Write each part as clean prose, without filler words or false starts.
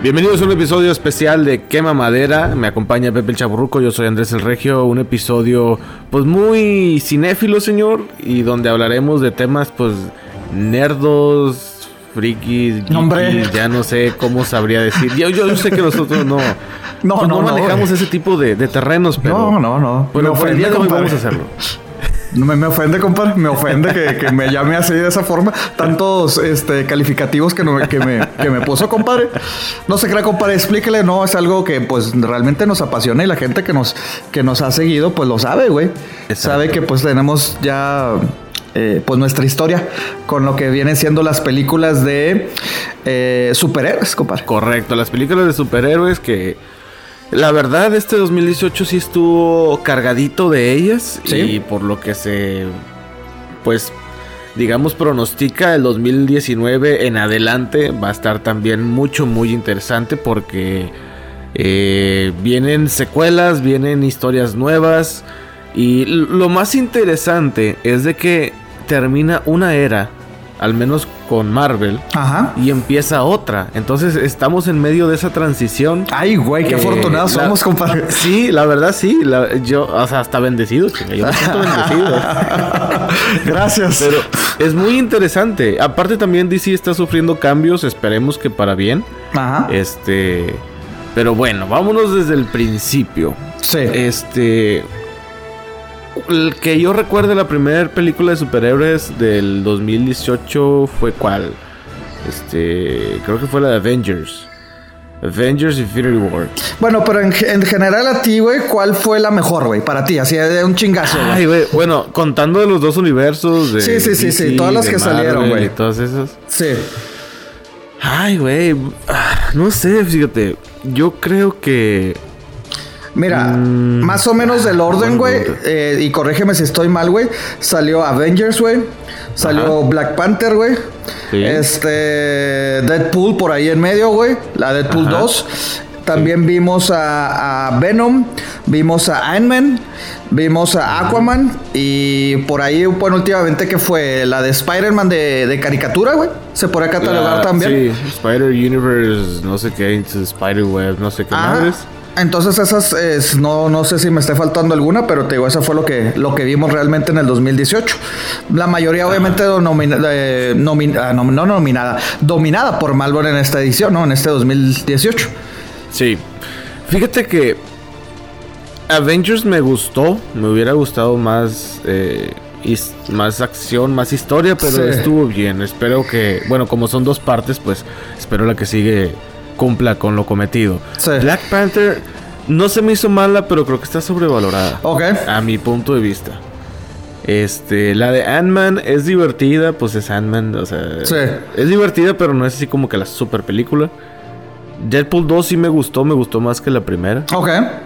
Bienvenidos a un episodio especial de Quema Madera. Me acompaña Pepe el Chavorruco, yo soy Andrés el Regio. Un episodio pues muy cinéfilo, señor, y donde hablaremos de temas pues nerdos, frikis, geeky, ya no sé cómo sabría decir. Yo sé que nosotros no manejamos ese tipo de terrenos, pero no. Pero por el día de hoy vamos a hacerlo. Me ofende, compadre. Me ofende que me llame así de esa forma. Tantos calificativos que me puso, compadre. No se crea, compadre. Explíquele. No, es algo que pues realmente nos apasiona y la gente que nos ha seguido pues lo sabe, güey. Sabe que pues tenemos ya pues nuestra historia con lo que vienen siendo las películas de superhéroes, compadre. Correcto, las películas de superhéroes que... La verdad, este 2018 sí estuvo cargadito de ellas. ¿Sí? Y por lo que se, pues, digamos, pronostica el 2019 en adelante va a estar también muy interesante porque vienen secuelas, vienen historias nuevas. Y lo más interesante es de que termina una era, al menos con Marvel. Ajá. Y empieza otra. Entonces estamos en medio de esa transición. Ay, güey, qué afortunados somos, compadre. Sí, la verdad sí. Yo, o sea, hasta bendecido, chica. Yo me siento bendecido. Gracias. Pero es muy interesante. Aparte también DC está sufriendo cambios. Esperemos que para bien. Ajá. Pero bueno, vámonos desde el principio. Sí. El que yo recuerde, la primera película de superhéroes del 2018 fue ¿cuál? Creo que fue la de Avengers Infinity War. Bueno, pero en general a ti, güey, ¿cuál fue la mejor, güey? Para ti, así de un chingazo, güey. Ay, güey, bueno, contando de los dos universos de Sí, DC, todas las que Marvel salieron, güey. Y todas esas. Sí. Ay, güey, no sé, fíjate. Yo creo que... Mira, más o menos del orden, güey, y corrígeme si estoy mal, güey. Salió Avengers, güey. Salió Black Panther, güey. Sí. Deadpool por ahí en medio, güey. La Deadpool 2. También vimos a Venom. Vimos a Ant-Man. Vimos a Aquaman. Y por ahí, bueno, últimamente que fue la de Spider-Man de caricatura, güey. Se podría catalogar también. Sí, Spider-Universe, no sé qué, Spider-Web, no sé qué madres. Entonces esas, no sé si me esté faltando alguna, pero te digo, esa fue lo que vimos realmente en el 2018. La mayoría obviamente dominada por Marvel en esta edición, ¿no? En este 2018. Sí. Fíjate que Avengers me gustó, me hubiera gustado más acción, más historia, pero estuvo bien. Espero que, bueno, como son dos partes, pues espero la que sigue cumpla con lo cometido. Sí. Black Panther no se me hizo mala, pero creo que está sobrevalorada. Ok. A mi punto de vista. La de Ant-Man es divertida, pues es Ant-Man, o sea... Sí. Es divertida, pero no es así como que la super película. Deadpool 2 sí me gustó más que la primera. Ok.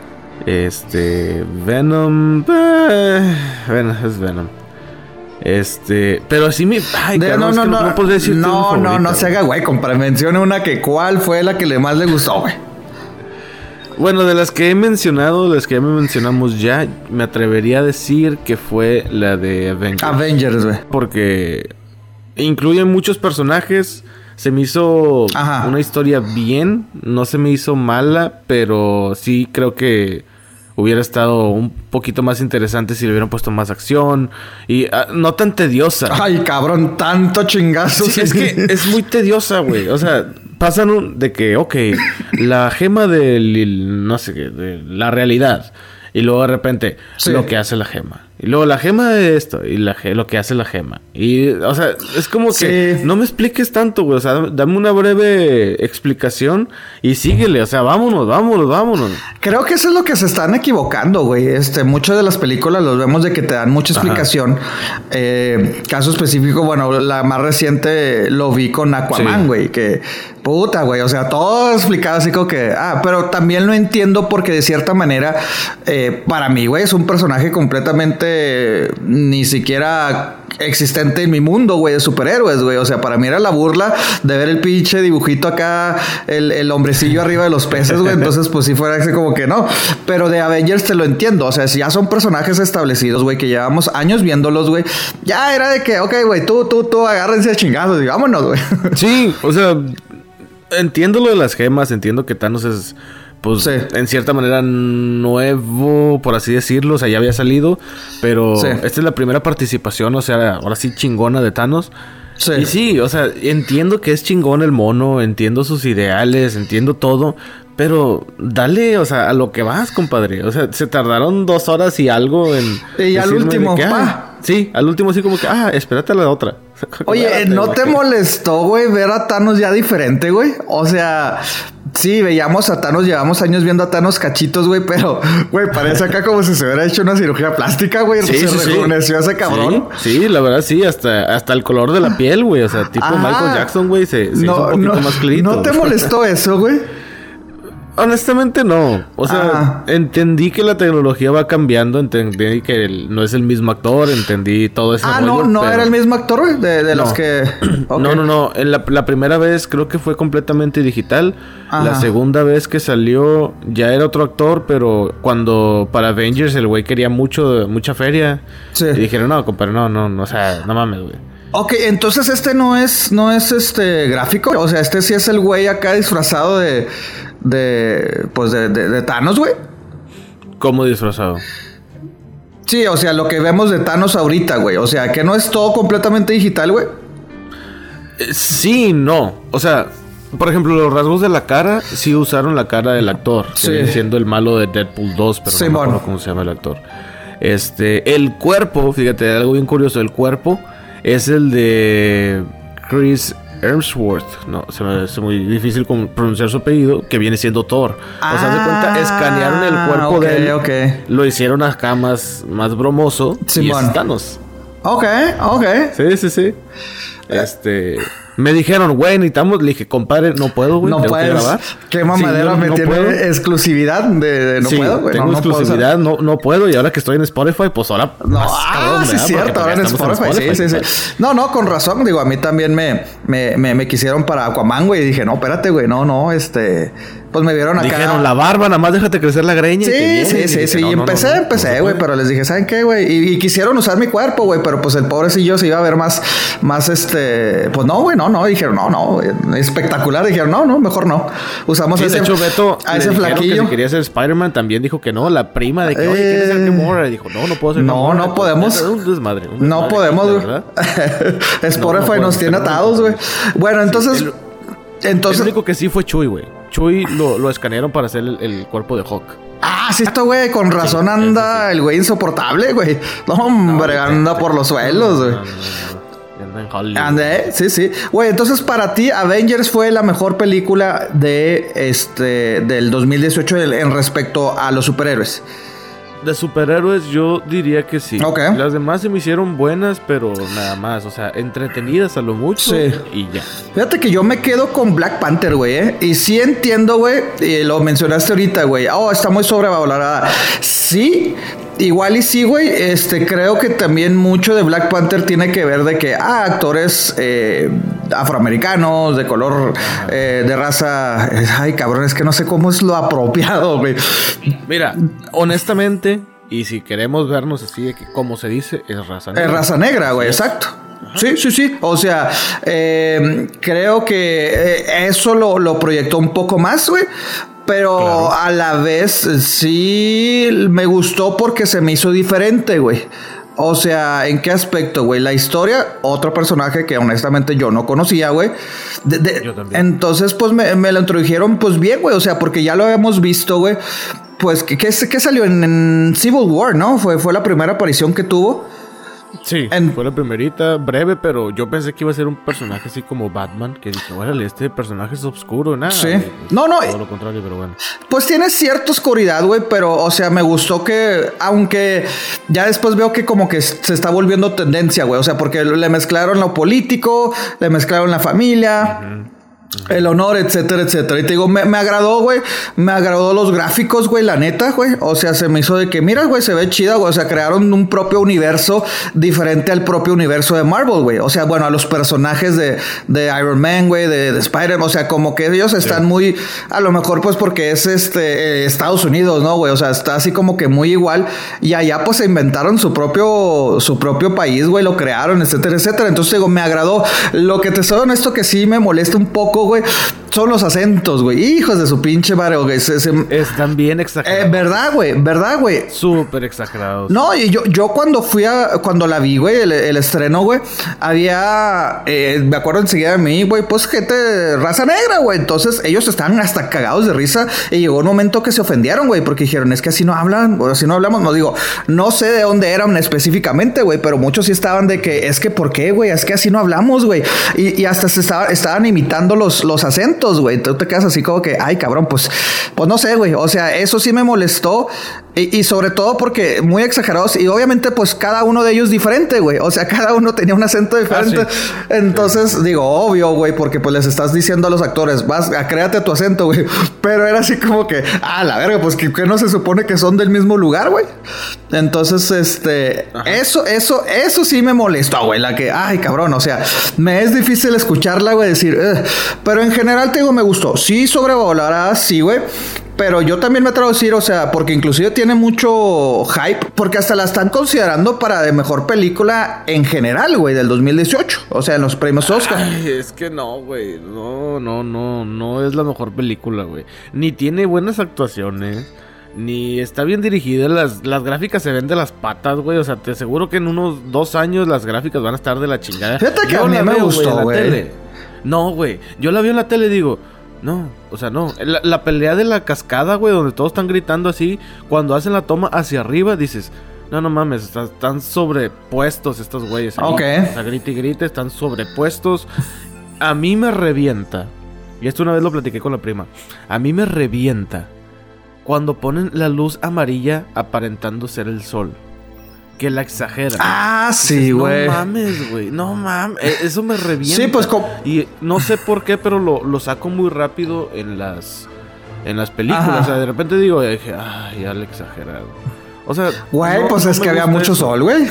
Venom... es Venom. Pero así me... Ay, no podría decirte no se haga, güey. Mencione una que cuál fue la que más le gustó, güey. Bueno, de las que he mencionado, las que ya mencionamos ya, me atrevería a decir que fue la de Avengers, güey. Porque incluye muchos personajes. Se me hizo una historia bien. No se me hizo mala, pero sí creo que hubiera estado un poquito más interesante si le hubieran puesto más acción y no tan tediosa. Ay, cabrón, tanto chingazo. Sí, es que es muy tediosa, güey. O sea, pasan de que, la gema no sé qué, de la realidad. Y luego de repente, lo que hace la gema. Y luego la gema de esto. Y lo que hace la gema. Y, o sea, es como que no me expliques tanto, güey. O sea, dame una breve explicación y síguele. O sea, vámonos. Creo que eso es lo que se están equivocando, güey. Muchas de las películas los vemos de que te dan mucha explicación. Caso específico, bueno, la más reciente lo vi con Aquaman, güey. Que, puta, güey. O sea, todo explicado así como que... pero también lo entiendo porque de cierta manera... para mí, güey, es un personaje completamente ni siquiera existente en mi mundo, güey, de superhéroes, güey. O sea, para mí era la burla de ver el pinche dibujito acá, el hombrecillo arriba de los peces, güey. Entonces, pues sí fuera así como que no. Pero de Avengers te lo entiendo. O sea, si ya son personajes establecidos, güey, que llevamos años viéndolos, güey. Ya era de que, güey, tú, agárrense a chingazos y vámonos, güey. Sí, o sea... entiendo lo de las gemas, entiendo que Thanos es, pues, sí, en cierta manera nuevo, por así decirlo. O sea, ya había salido, pero sí, esta es la primera participación, o sea, ahora sí chingona de Thanos. Sí. Y sí, o sea, entiendo que es chingón el mono, entiendo sus ideales, entiendo todo, pero dale, o sea, a lo que vas, compadre. O sea, se tardaron 2 horas y algo en... Y al último, sí, al último así como que, espérate a la otra. Oye, ¿no te molestó, güey, ver a Thanos ya diferente, güey? O sea, sí, veíamos a Thanos, llevamos años viendo a Thanos cachitos, güey, pero, güey, parece acá como si se hubiera hecho una cirugía plástica, güey. Sí, se rejuveneció ese cabrón. Sí, la verdad sí, hasta el color de la piel, güey. O sea, tipo Michael Jackson, güey, se hizo un poquito más clarito. ¿No te molestó eso, güey? Honestamente no, o sea, entendí que la tecnología va cambiando, entendí que no es el mismo actor, entendí todo ese rollo, no era el mismo actor, güey, de los que... Okay. No, en la primera vez creo que fue completamente digital. La segunda vez que salió ya era otro actor, pero cuando para Avengers el güey quería mucha feria, y dijeron, no, compadre, no, o sea, no mames, güey. Ok, entonces este no es gráfico, o sea, este sí es el güey acá disfrazado de Thanos, güey. ¿Cómo disfrazado? Sí, o sea, lo que vemos de Thanos ahorita, güey. O sea, que no es todo completamente digital, güey. Sí, no. O sea, por ejemplo, los rasgos de la cara sí usaron la cara del actor. Sí. Siendo el malo de Deadpool 2, pero no me acuerdo cómo se llama el actor. El cuerpo, fíjate, algo bien curioso. El cuerpo es el de Chris Hemsworth, no, se me hace muy difícil pronunciar su apellido, que viene siendo Thor. O sea, de cuenta, escanearon el cuerpo de él, lo hicieron acá más bromoso, y es Thanos. Ok. Sí. Me dijeron, güey, necesitamos... Le dije, compadre, no puedo, güey. No puedes. Grabar. Qué mamadera me tiene exclusividad de no puedo, güey. Tengo exclusividad, no puedo. Y ahora que estoy en Spotify, pues ahora... sí, es cierto. Ahora en Spotify. Sí. No, con razón. Digo, a mí también me quisieron para Aquaman, güey. Y dije, no, espérate, güey. No, pues me vieron acá. Dijeron, la barba, nada más déjate crecer la greña. Sí. Y empecé, güey. Pero les dije, ¿saben qué, güey? Y quisieron usar mi cuerpo, güey. Pero pues el pobrecillo se iba a ver más pues no, güey, no. Dijeron, no, espectacular. Dijeron, no, mejor no. Usamos de hecho, Beto, a ese flaquillo. Que si quería ser Spider-Man, también dijo que no. La prima de que, oye, ¿quieres ser Gamora? Dijo, no puedo ser Gamora. No podemos. Un desmadre. No podemos, güey. Spotify nos tiene atados, güey. Bueno, entonces... El único que sí fue Chuy, güey. Chuy lo escanearon para hacer el cuerpo de Hawk. Sí, esto, güey, con razón anda el güey insoportable, güey. No, hombre, anda por los suelos, güey. Sí. Güey, entonces para ti Avengers fue la mejor película del 2018 en respecto a los superhéroes. De superhéroes yo diría que sí. Okay. Las demás se me hicieron buenas, pero nada más. O sea, entretenidas a lo mucho. Sí. Y ya. Fíjate que yo me quedo con Black Panther, güey. Y sí entiendo, güey. Y lo mencionaste ahorita, güey. Está muy sobrevalorada. Sí. Igual y sí, güey. Creo que también mucho de Black Panther tiene que ver de que actores afroamericanos, de color, de raza. Ay, cabrón, es que no sé cómo es lo apropiado, güey. Mira, honestamente, y si queremos vernos así de que, como se dice, es raza negra. Es raza negra, güey, exacto. Sí. O sea, creo que eso lo proyectó un poco más, güey. Pero claro, a la vez sí me gustó porque se me hizo diferente, güey. O sea, ¿en qué aspecto, güey? La historia, otro personaje que honestamente yo no conocía, güey. Yo también. Entonces, pues me lo introdujeron, pues bien, güey. O sea, porque ya lo habíamos visto, güey. Pues, ¿qué salió en Civil War, no? Fue la primera aparición que tuvo. Sí, fue la primerita, breve, pero yo pensé que iba a ser un personaje así como Batman, que dije, órale, este personaje es oscuro, nada. Sí. Pues, no. Todo lo contrario, pero bueno. Pues tiene cierta oscuridad, güey, pero, o sea, me gustó que, aunque ya después veo que como que se está volviendo tendencia, güey, o sea, porque le mezclaron lo político, le mezclaron la familia. El honor, etcétera. Y te digo, me agradó, güey. Me agradó los gráficos, güey, la neta, güey. O sea, se me hizo de que, mira, güey, se ve chida, güey. O sea, crearon un propio universo diferente al propio universo de Marvel, güey. O sea, bueno, a los personajes de Iron Man, güey, de Spider-Man. O sea, como que ellos están muy... A lo mejor, pues, porque es Estados Unidos, ¿no, güey? O sea, está así como que muy igual. Y allá, pues, se inventaron su propio país, güey. Lo crearon, etcétera. Entonces, digo, me agradó. Lo que te soy honesto que sí me molesta un poco, güey, son los acentos, güey. Hijos de su pinche madre, güey. Están bien exagerados. ¿Verdad, güey? Súper exagerados. No, y yo cuando la vi, güey, el estreno, güey, había, me acuerdo enseguida de mí, güey, pues gente de raza negra, güey. Entonces ellos estaban hasta cagados de risa y llegó un momento que se ofendieron, güey, porque dijeron, es que así no hablan, o así no hablamos. No digo, no sé de dónde eran específicamente, güey, pero muchos sí estaban de que, es que, ¿por qué, güey? Es que así no hablamos, güey. Y hasta estaban imitando los acentos, güey. Tú te quedas así como que, ay, cabrón, pues no sé, güey. O sea, eso sí me molestó. Y sobre todo porque muy exagerados. Y obviamente, pues cada uno de ellos diferente, güey. O sea, cada uno tenía un acento diferente. Sí. Entonces, digo, obvio, güey, porque pues les estás diciendo a los actores, créate tu acento, güey. Pero era así como que, la verga, pues que no se supone que son del mismo lugar, güey. Entonces, eso sí me molestó, güey. La que, ay, cabrón, o sea, me es difícil escucharla, güey, decir, pero en general te digo, me gustó. Sí, sobrevalorada, sí, güey. Pero yo también me atrevo a decir, o sea, porque inclusive tiene mucho hype, porque hasta la están considerando para de mejor película en general, güey, del 2018. O sea, en los premios Oscar. Ay, es que no, güey. No es la mejor película, güey. Ni tiene buenas actuaciones. Ni está bien dirigida. Las gráficas se ven de las patas, güey. O sea, te aseguro que en unos 2 años las gráficas van a estar de la chingada. Fíjate que a mí me gustó, güey. No, güey. Yo la vi en la tele y digo, no, o sea, no. La pelea de la cascada, güey, donde todos están gritando así. Cuando hacen la toma hacia arriba, dices, no mames, están sobrepuestos estos güeyes. Ok. O sea, grite y grite, están sobrepuestos. A mí me revienta. Y esto una vez lo platiqué con la prima. A mí me revienta cuando ponen la luz amarilla aparentando ser el sol. Que la exageran. Sí, güey. No mames, güey. No mames. Eso me revienta. Sí, pues y no sé por qué, pero lo saco muy rápido en las películas. Ajá. O sea, de repente digo, dije, ya le exageraron. O sea, güey, pues es que había mucho sol, güey.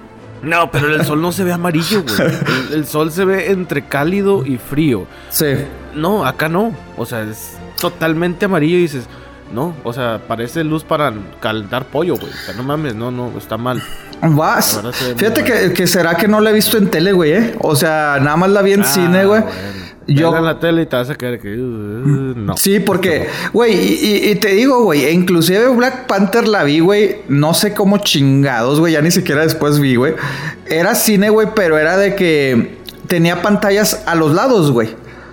No, pero el sol no se ve amarillo, güey. El sol se ve entre cálido y frío. Sí. No, acá no. O sea, es totalmente amarillo y dices, no, o sea, parece luz para calentar pollo, güey. O sea, no mames, no, está mal. Vas. Fíjate que será que no la he visto en tele, güey, O sea, nada más la vi en cine, güey. Bueno. Yo en la tele y te vas a quedar que no. Sí, porque, güey, y te digo, güey, inclusive Black Panther la vi, güey, no sé cómo chingados, güey, ya ni siquiera después vi, güey. Era cine, güey, pero era de que tenía pantallas a los lados, güey.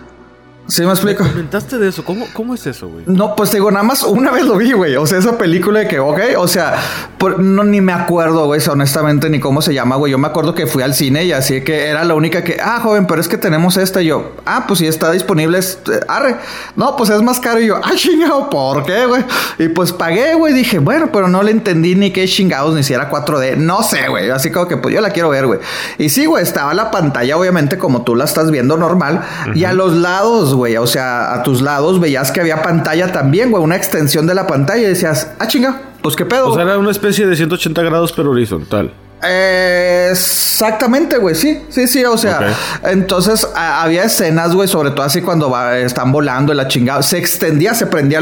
¿Sí me explico? ¿Me comentaste de eso? ¿Cómo es eso, güey? No, pues te digo, nada más una vez lo vi, güey. O sea, esa película de que, ok, o sea, ni me acuerdo, güey, honestamente, ni cómo se llama, güey. Yo me acuerdo que fui al cine y así que era la única que, joven, pero es que tenemos esta. Y yo, pues si está disponible, arre. No, pues es más caro. Y yo, chingado, ¿por qué, güey? Y pues pagué, güey. Dije, bueno, pero no le entendí ni qué chingados, ni si era 4D. No sé, güey. Así como que, pues yo la quiero ver, güey. Y sí, güey, estaba la pantalla, obviamente, como tú la estás viendo normal. Y a los lados, güey, o sea, a tus lados veías que había pantalla también, güey, una extensión de la pantalla y decías, chinga, pues qué pedo. O sea, era una especie de 180 grados pero horizontal. Exactamente, güey, sí, o sea, entonces había escenas, güey, sobre todo así cuando están volando y la chingada, se extendía, se prendían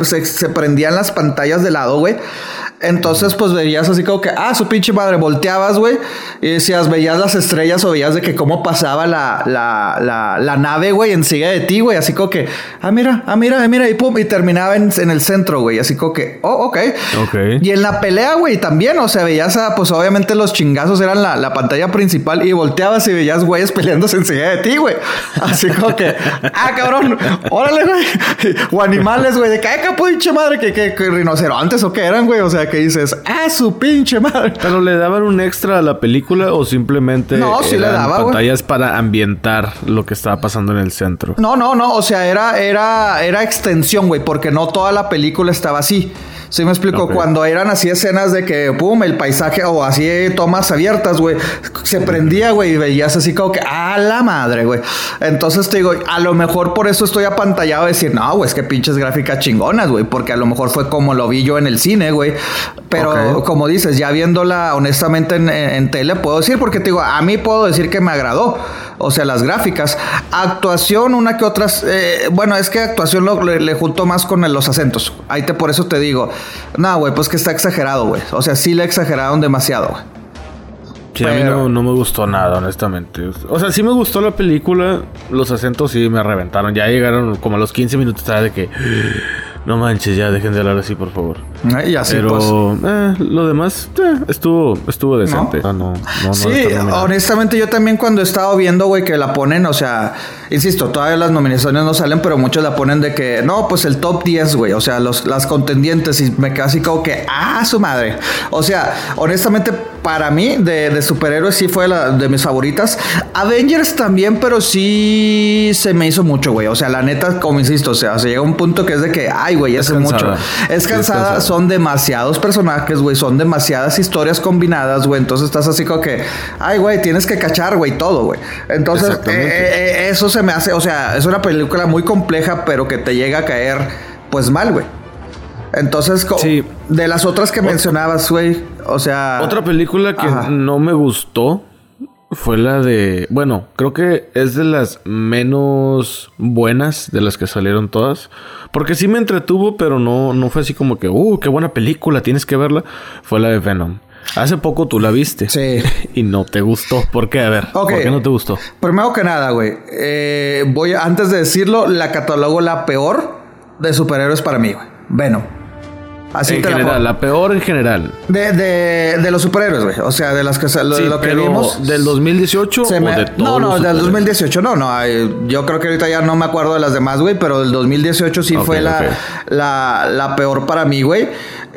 las pantallas de lado, güey. Entonces, pues veías así como que, su pinche madre, volteabas, güey, y decías, veías las estrellas o veías de que cómo pasaba la nave, güey, enseguida de ti, güey, así como que, mira, y pum, y terminaba en el centro, güey, así como que, ok. Y en la pelea, güey, también, o sea, veías pues obviamente los chingazos eran la pantalla principal y volteabas y veías güeyes peleándose enseguida de ti, güey, así como que, cabrón, órale, güey, o animales, güey, de que, pinche madre, que rinocerontes o qué eran, güey, o sea, que dices, su pinche madre. ¿Pero le daban un extra a la película o simplemente sí le daba, pantallas para ambientar lo que estaba pasando en el centro? No, o sea, era extensión, güey, porque no toda la película estaba así. ¿Sí me explico? Okay. Cuando eran así escenas de que, pum, el paisaje o así tomas abiertas, güey, se prendía, güey, y veías así como que, la madre, güey. Entonces te digo, a lo mejor por eso estoy apantallado de decir, no, güey, es que pinches gráficas chingonas, güey, porque a lo mejor fue como lo vi yo en el cine, güey. Pero como dices, ya viéndola honestamente en tele, puedo decir, porque te digo, a mí puedo decir que me agradó. O sea, las gráficas. Actuación, una que otras. Bueno, es que actuación le junto más con los acentos. Por eso te digo. No, güey, pues que está exagerado, güey. O sea, sí le exageraron demasiado, güey. Sí, a mí no me gustó nada, honestamente. O sea, sí me gustó la película. Los acentos sí me reventaron. Ya llegaron como a los 15 minutos tarde de que... No manches, ya dejen de hablar así, por favor. Y así, pero pues, lo demás estuvo decente. No, sí, honestamente yo también cuando he estado viendo, güey, que la ponen, o sea, insisto, todavía las nominaciones no salen, pero muchos la ponen de que, no, pues el top 10, güey, o sea, las contendientes, y me quedo así como que, su madre. O sea, honestamente, para mí, de superhéroes sí fue de mis favoritas. Avengers también, pero sí se me hizo mucho, güey. O sea, la neta, como insisto, o sea, se llega a un punto que es de que, güey, es mucho. Es cansada, son demasiados personajes, güey, son demasiadas historias combinadas, güey. Entonces estás así como que, güey, tienes que cachar, güey, todo, güey. Entonces, eso se me hace, o sea, es una película muy compleja, pero que te llega a caer, pues mal, güey. Entonces, sí. De las otras que mencionabas, güey, o sea... Otra película que no me gustó fue la de... Bueno, creo que es de las menos buenas de las que salieron todas. Porque sí me entretuvo, pero no fue así como que... qué buena película, tienes que verla. Fue la de Venom. Hace poco tú la viste. Sí. Y no te gustó. ¿Por qué? A ver, ¿por qué no te gustó? Primero que nada, güey. Antes de decirlo, la catalogo la peor de superhéroes para mí, güey. Venom. Así en general, la peor en general. De los superhéroes, güey. O sea, de las que lo que vimos. ¿Del 2018 o de todos? No, del 2018 no. Yo creo que ahorita ya no me acuerdo de las demás, güey. Pero del 2018 sí fue la peor para mí, güey.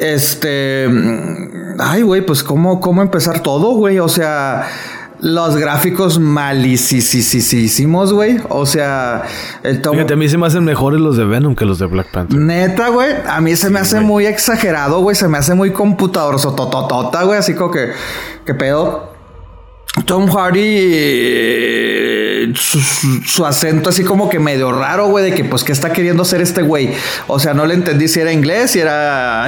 Güey, pues ¿cómo empezar todo, güey? O sea... Los gráficos malísimos, güey. O sea... Fíjate, a mí se me hacen mejores los de Venom que los de Black Panther. Neta, güey. A mí se me hace muy exagerado, güey. Se me hace muy computador sotototota, güey. Así como que... ¿Qué pedo? Tom Hardy... Su acento así como que medio raro, güey. De que, pues, ¿qué está queriendo hacer este güey? O sea, no le entendí si era inglés, si era...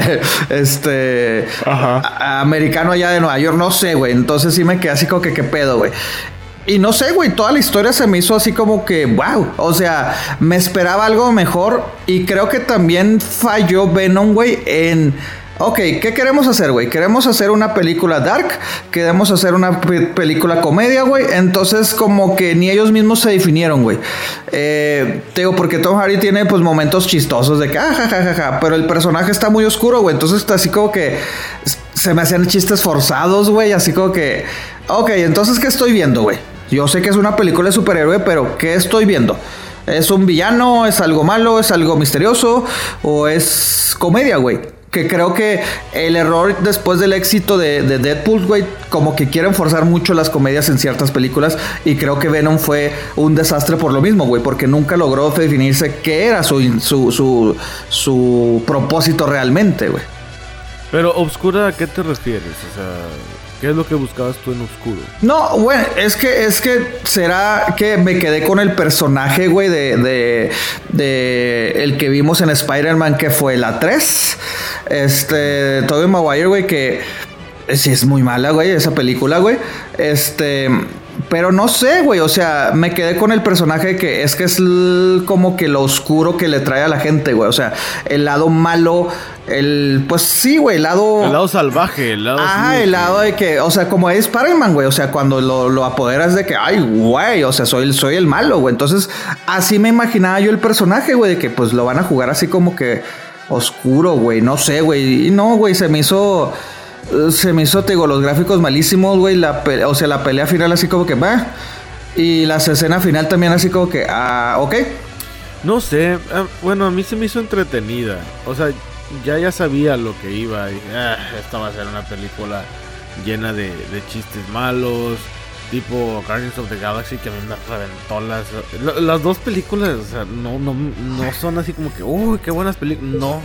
americano allá de Nueva York. No sé, güey. Entonces sí me quedé así como que, ¿qué pedo, güey? Y no sé, güey, toda la historia se me hizo así como que, wow. O sea, me esperaba algo mejor. Y creo que también falló Venom, güey, en... Ok, ¿qué queremos hacer, güey? ¿Queremos hacer una película dark? ¿Queremos hacer una película comedia, güey? Entonces, como que ni ellos mismos se definieron, güey. Te digo, porque Tom Hardy tiene, pues, momentos chistosos de que, jajajaja. Pero el personaje está muy oscuro, güey. Entonces, está así como que se me hacían chistes forzados, güey. Así como que, ok, entonces, ¿qué estoy viendo, güey? Yo sé que es una película de superhéroe, pero ¿qué estoy viendo? ¿Es un villano? ¿Es algo malo? ¿Es algo misterioso? ¿O es comedia, güey? Que creo que el error después del éxito de Deadpool, güey, como que quieren forzar mucho las comedias en ciertas películas. Y creo que Venom fue un desastre por lo mismo, güey, porque nunca logró definirse qué era su propósito realmente, güey. Pero, ¿obscura a qué te refieres? O sea... ¿Qué es lo que buscabas tú en oscuro? No, güey, es que será que me quedé con el personaje, güey, de el que vimos en Spider-Man, que fue la 3. Tobey Maguire, güey, que sí es muy mala, güey, esa película, güey. Pero no sé, güey, o sea, me quedé con el personaje que es como que lo oscuro que le trae a la gente, güey. O sea, el lado malo, pues sí, güey, el lado salvaje, el lado de que, o sea, como es Spider-Man, güey. O sea, cuando lo apoderas de que, ay, güey, o sea, soy el malo, güey. Entonces, así me imaginaba yo el personaje, güey, de que pues lo van a jugar así como que oscuro, güey. No sé, güey. Y no, güey, se me hizo, te digo, los gráficos malísimos, güey. O sea, la pelea final así como que, va. Y la escena final también así como que, ok. No sé, bueno, a mí se me hizo entretenida. O sea, ya sabía lo que iba. Y esta va a ser una película llena de chistes malos. Tipo Guardians of the Galaxy, que a mí me reventó las dos películas. O sea, no son así como que, uy, qué buenas películas. No.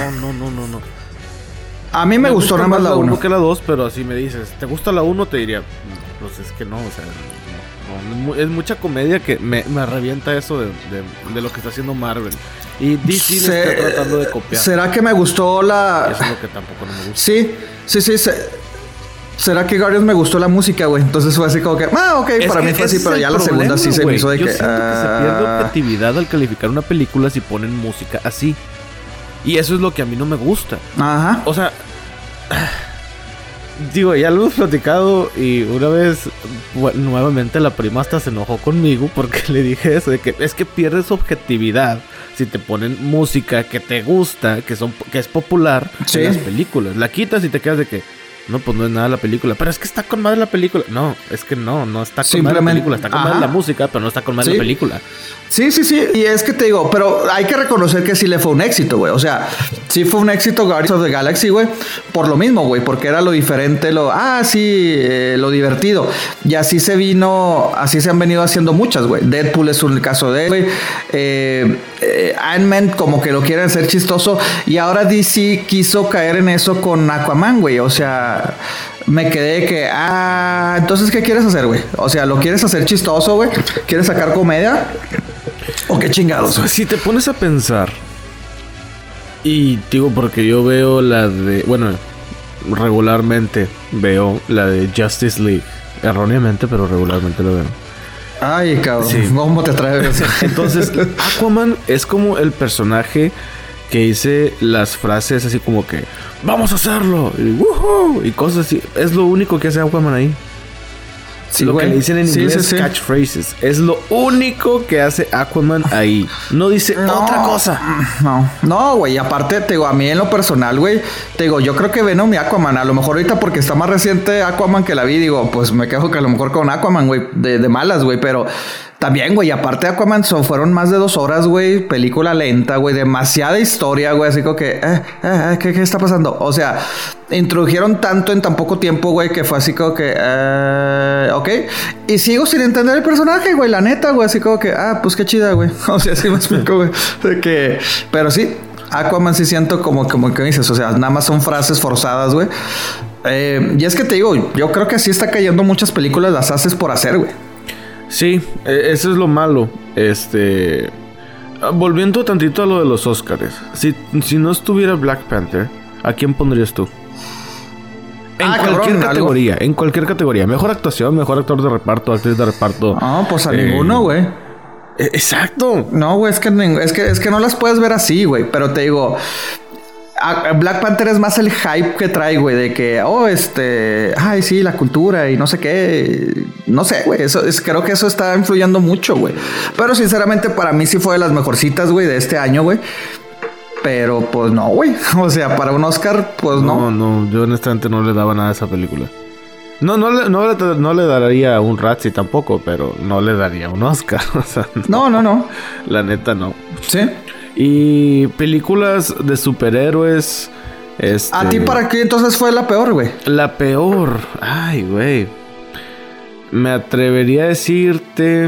A mí me gustó nada más la 1 que la 2, pero así me dices, ¿te gusta la 1? Te diría, pues es que no, o sea, no, es mucha comedia que me revienta eso de lo que está haciendo Marvel. Y DC le está tratando de copiar. ¿Será que me gustó la...? Eso es lo que tampoco no me gusta. Sí. ¿Será que Guardians me gustó la música, güey? Entonces fue así como que, ok, para mí fue así, pero ya la segunda sí se me hizo de que... Yo siento que se pierde objetividad al calificar una película si ponen música así. Y eso es lo que a mí no me gusta. Ajá. O sea, Digo, ya lo hemos platicado y una vez nuevamente la prima hasta se enojó conmigo porque le dije eso, de que es que pierdes objetividad si te ponen música que te gusta, que es popular en las películas. La quitas y te quedas de que no, pues no es nada la película. Pero es que está con madre la película. No, es que no está con madre la película. Está con madre la música, pero no está con madre la película. Sí. Y es que te digo, pero hay que reconocer que sí le fue un éxito, güey. O sea, sí fue un éxito Guardians of the Galaxy, güey. Por lo mismo, güey. Porque era lo diferente, lo divertido. Y así se han venido haciendo muchas, güey. Deadpool es un caso de, güey. Ant-Man como que lo quieren hacer chistoso. Y ahora DC quiso caer en eso con Aquaman, güey. O sea, me quedé que, entonces, ¿qué quieres hacer, güey? O sea, ¿lo quieres hacer chistoso, güey? ¿Quieres sacar comedia? ¿O qué chingados? Si te pones a pensar, y digo porque yo veo regularmente veo la de Justice League. Erróneamente, pero regularmente lo veo. Ay, cabrón. Sí. ¿Cómo te atreves? Entonces, Aquaman es como el personaje que dice las frases así como que vamos a hacerlo y, ¡woohoo! Y cosas así. Es lo único que hace Aquaman ahí. Sí, lo que le dicen en inglés catchphrases. Es lo único que hace Aquaman ahí. No dice otra cosa. No, güey. Aparte, te digo, a mí en lo personal, güey, te digo, yo creo que Venom y Aquaman, a lo mejor ahorita porque está más reciente Aquaman que la vi, digo, pues me quejo que a lo mejor con Aquaman, güey, de malas, güey, pero también, güey, aparte Aquaman fueron más de 2 horas, güey, película lenta, güey, demasiada historia, güey, así como que, ¿qué está pasando? O sea, introdujeron tanto en tan poco tiempo, güey, que fue así como que, ok, y sigo sin entender el personaje, güey, la neta, güey, así como que, pues qué chida, güey, o sea, sí me explico, güey, de que, pero sí, Aquaman sí siento como que dices, o sea, nada más son frases forzadas, güey, y es que te digo, yo creo que así está cayendo muchas películas, las haces por hacer, güey. Sí, eso es lo malo. Volviendo tantito a lo de los Oscars. Si no estuviera Black Panther, ¿a quién pondrías tú? En cualquier categoría. Mejor actuación, mejor actor de reparto, actriz de reparto. Pues a ninguno, güey. Exacto. No, güey, es que no las puedes ver así, güey. Pero te digo, Black Panther es más el hype que trae, güey, de que, sí, la cultura y no sé qué. No sé, güey, creo que eso está influyendo mucho, güey. Pero sinceramente para mí sí fue de las mejorcitas, güey, de este año, güey. Pero pues no, güey. O sea, para un Oscar, pues no. No, yo honestamente no le daba nada a esa película. No le daría un Razzie tampoco, pero no le daría un Oscar. O sea, no. La neta, no. Sí. Y películas de superhéroes. ¿A ti para qué entonces fue la peor, güey? La peor. Ay, güey. Me atrevería a decirte.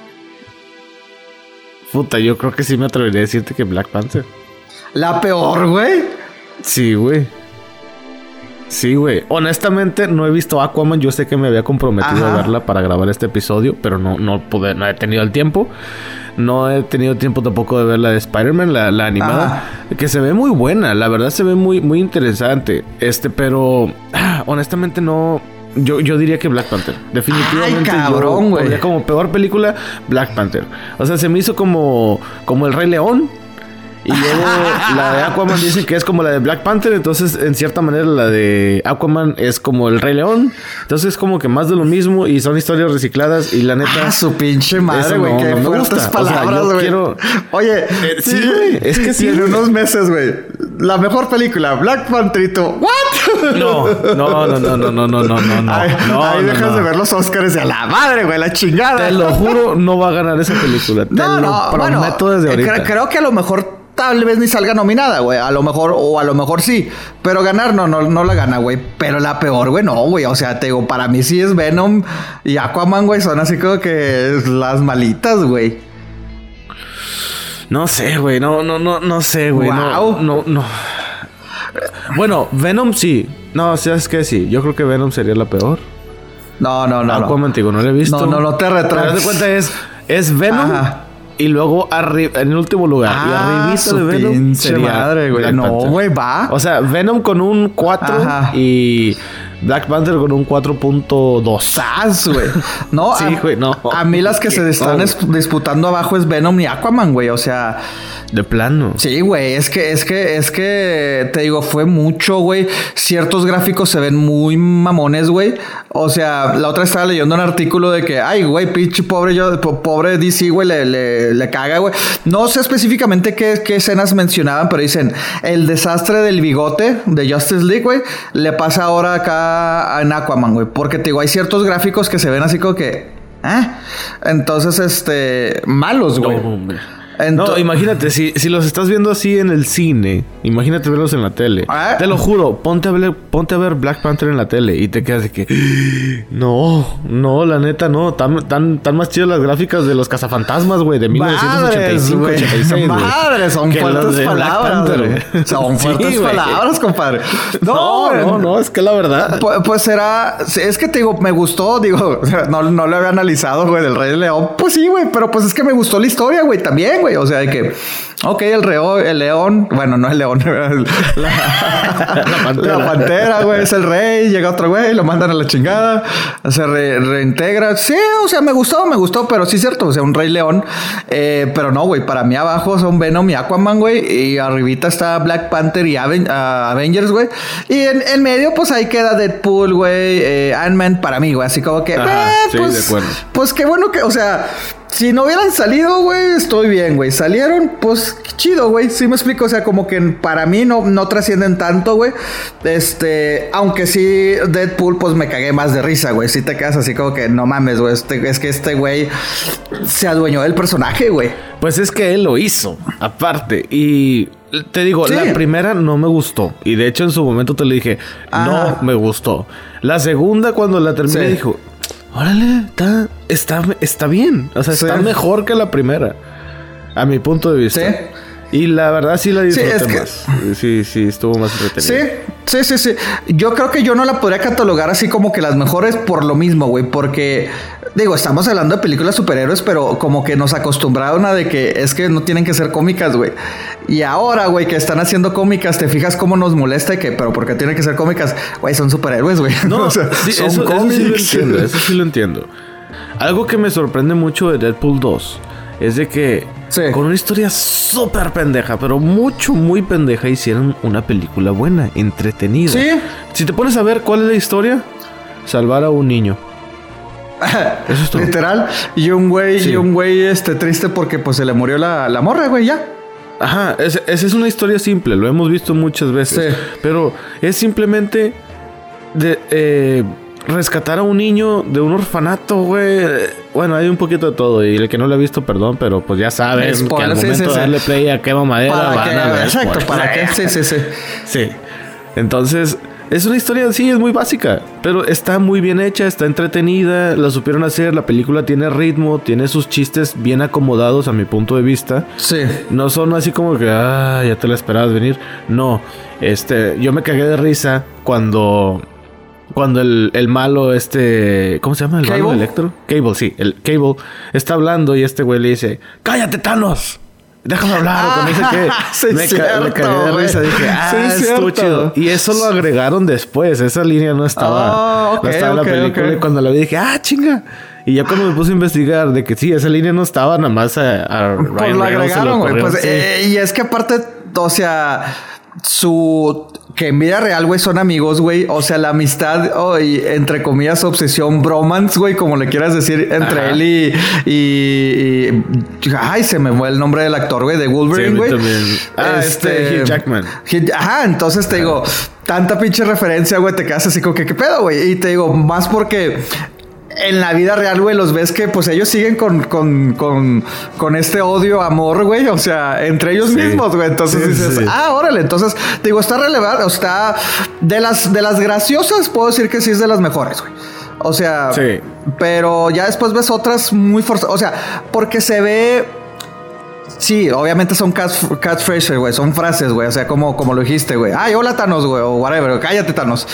Puta, yo creo que sí me atrevería a decirte que Black Panther. ¿La peor, güey? Sí, güey. Honestamente, no he visto Aquaman. Yo sé que me había comprometido a verla para grabar este episodio, pero no he tenido el tiempo. No he tenido tiempo tampoco de ver la de Spider-Man, la animada, que se ve muy buena. La verdad se ve muy, muy interesante. Pero honestamente no. Yo diría que Black Panther. Definitivamente. Ay, cabrón, güey. Como peor película, Black Panther. O sea, se me hizo como El Rey León. Y luego la de Aquaman dicen que es como la de Black Panther. Entonces, en cierta manera, la de Aquaman es como El Rey León. Entonces, es como que más de lo mismo. Y son historias recicladas. Y la neta... su pinche madre, güey. Qué fuertes palabras, güey. Oye, sí, güey. Es que sí. En unos meses, güey. La mejor película, Black Pantherito. ¿What? No. Ahí dejas de ver los Oscars de a la madre, güey. La chingada. Te lo juro, no va a ganar esa película. Te lo prometo desde ahorita. Creo que a lo mejor... tal vez ni salga nominada, güey. A lo mejor sí. Pero ganar no la gana, güey. Pero la peor, güey, no, güey. O sea, te digo, para mí sí es Venom y Aquaman, güey. Son así como que las malitas, güey. No sé, güey. No sé, güey. Wow. No. Bueno, Venom sí. No, ¿sabes qué? Sí. Yo creo que Venom sería la peor. No. Aquaman, digo, no lo he visto. No te retrases. Pero de cuenta es Venom. Ajá. Y luego en el último lugar. Y arribita de Venom sería madre, güey. No, güey, va. O sea, Venom con un 4 y Black Panther con un 4.2. Güey. No, sí, güey, no. A mí las que se están disputando abajo es Venom y Aquaman, güey. O sea... De plano. Sí, güey. Es que te digo, fue mucho, güey. Ciertos gráficos se ven muy mamones, güey. O sea, la otra estaba leyendo un artículo de que, ay, güey, pinche pobre DC, güey, le caga, güey. No sé específicamente qué escenas mencionaban, pero dicen, el desastre del bigote de Justice League, güey, le pasa ahora acá en Aquaman, güey. Porque te digo, hay ciertos gráficos que se ven así como que, entonces, malos, güey. No, no, imagínate, si los estás viendo así en el cine, imagínate verlos en la tele. Te lo juro, ponte a ver Black Panther en la tele y te quedas de que... No, la neta, no. Tan más chidas las gráficas de los cazafantasmas, güey, de 1985-86, Madre, son fuertes palabras, güey. Son fuertes palabras, compadre. No, es que la verdad... Pues será... Es que te digo, me gustó, digo... No lo había analizado, güey, del Rey León. Pues sí, güey, pero pues es que me gustó la historia, güey, también, güey. O sea, de que... Ok, el león... Bueno, no el león. La pantera, güey, es el rey. Llega otro güey, lo mandan a la chingada. Se reintegra. Sí, o sea, me gustó. Pero sí es cierto, o sea, un rey león. Pero no, güey, para mí abajo son Venom y Aquaman, güey. Y arribita está Black Panther y Avengers, güey. Y en medio, pues ahí queda Deadpool, güey. Ant-Man para mí, güey. Así como que... sí, pues, de acuerdo. Pues qué bueno que... O sea... Si no hubieran salido, güey, estoy bien, güey. Salieron, pues, chido, güey. Sí me explico, o sea, como que para mí no trascienden tanto, güey. Aunque sí, Deadpool, pues, me cagué más de risa, güey. Sí te quedas así como que, no mames, güey. Es que este güey se adueñó del personaje, güey. Pues es que él lo hizo, aparte. Y te digo, la primera no me gustó. Y de hecho, en su momento te le dije, no me gustó. La segunda, cuando la terminé, dijo... Órale, está bien. O sea, está mejor que la primera. A mi punto de vista. Sí. Y la verdad sí la disfruté más. Sí, estuvo más entretenida. Sí. Yo creo que yo no la podría catalogar así como que las mejores por lo mismo, güey. Porque, digo, estamos hablando de películas superhéroes, pero como que nos acostumbraron a de que es que no tienen que ser cómicas, güey. Y ahora, güey, que están haciendo cómicas, te fijas cómo nos molesta y que, pero ¿por qué tienen que ser cómicas? Güey, son superhéroes, güey. No, o sea, son cómics. Eso sí lo entiendo. Algo que me sorprende mucho de Deadpool 2 es de que con una historia súper pendeja, pero muy pendeja, hicieron una película buena, entretenida. Sí. Si te pones a ver cuál es la historia, salvar a un niño. Eso es todo. Literal. Y un güey triste porque pues se le murió la morra, güey, ya. Ajá, esa es una historia simple, lo hemos visto muchas veces. Sí. Pero es simplemente rescatar a un niño de un orfanato, güey. Bueno, hay un poquito de todo. Y el que no lo ha visto, perdón, pero pues ya sabes que al momento de darle play a Quema Madera van a ver. Exacto, ¿para qué? Sí. Entonces, es una historia así, es muy básica. Pero está muy bien hecha, está entretenida. La supieron hacer, la película tiene ritmo, tiene sus chistes bien acomodados a mi punto de vista. Sí. No son así como que, ya te la esperabas venir. No, yo me cagué de risa cuando el malo, ¿cómo se llama? ¿El malo de Electro? Cable, sí. El Cable está hablando y este güey le dice, ¡cállate, Thanos! Déjame hablar, o con ese que me cagué de risa. Dije, estuvo chido. Y eso lo agregaron después. Esa línea no estaba, no estaba en la película. Y cuando la vi dije, chinga. Y ya cuando me puse a investigar de que sí, esa línea no estaba, nada más a Ryan pues lo agregaron, güey. Pues, y es que aparte, o sea... que en vida real, güey, son amigos, güey. O sea, la amistad, y entre comillas, obsesión, bromance, güey, como le quieras decir, entre él y... Ay, se me fue el nombre del actor, güey, de Wolverine, güey. Hugh Jackman. Entonces te digo, tanta pinche referencia, güey, te quedas así como que, ¿qué pedo, güey? Y te digo, más porque... En la vida real, güey, los ves que pues ellos siguen con este odio, amor, güey. O sea, entre ellos mismos, güey. Entonces dices, órale. Entonces, te digo, está relevante. O está de las graciosas, puedo decir que sí es de las mejores, güey. O sea, pero ya después ves otras muy forzadas. O sea, porque se ve. Sí, obviamente son catchphrases, güey. Son frases, güey. O sea, como lo dijiste, güey. Ay, hola, Thanos, güey. O whatever. Cállate, Thanos.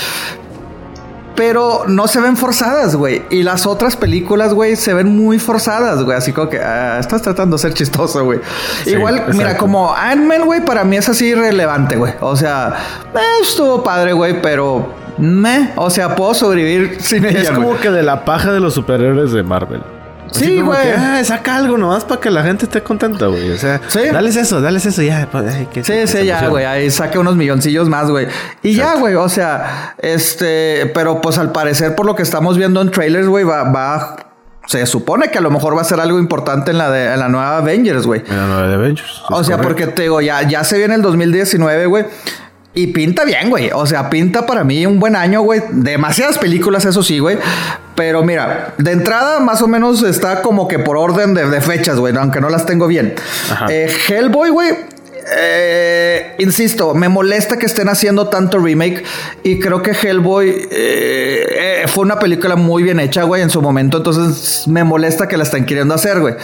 Pero no se ven forzadas, güey. Y las otras películas, güey, se ven muy forzadas, güey. Así como que estás tratando de ser chistoso, güey. Sí, igual, exacto. Mira, como Ant-Man, güey, para mí es así irrelevante, güey. O sea, estuvo padre, güey, pero O sea, puedo sobrevivir sin ella. Es como que de la paja de los superhéroes de Marvel. Sí, güey. Saca algo nomás para que la gente esté contenta, güey. O sea, ¿sí? dales eso, ya. Sí, ya, güey. Ahí saca unos milloncillos más, güey. Y exacto. Ya, güey. O sea, pero pues al parecer, por lo que estamos viendo en trailers, güey, se supone que a lo mejor va a ser algo importante en la nueva Avengers, güey. En la nueva Avengers. O sea, correcto. Porque te digo, ya se viene el 2019, güey. Y pinta bien, güey. O sea, pinta para mí un buen año, güey. Demasiadas películas, eso sí, güey. Pero mira, de entrada más o menos está como que por orden de fechas, güey. Aunque no las tengo bien. Hellboy, güey. Insisto, me molesta que estén haciendo tanto remake. Y creo que Hellboy fue una película muy bien hecha, güey, en su momento. Entonces me molesta que la estén queriendo hacer, güey.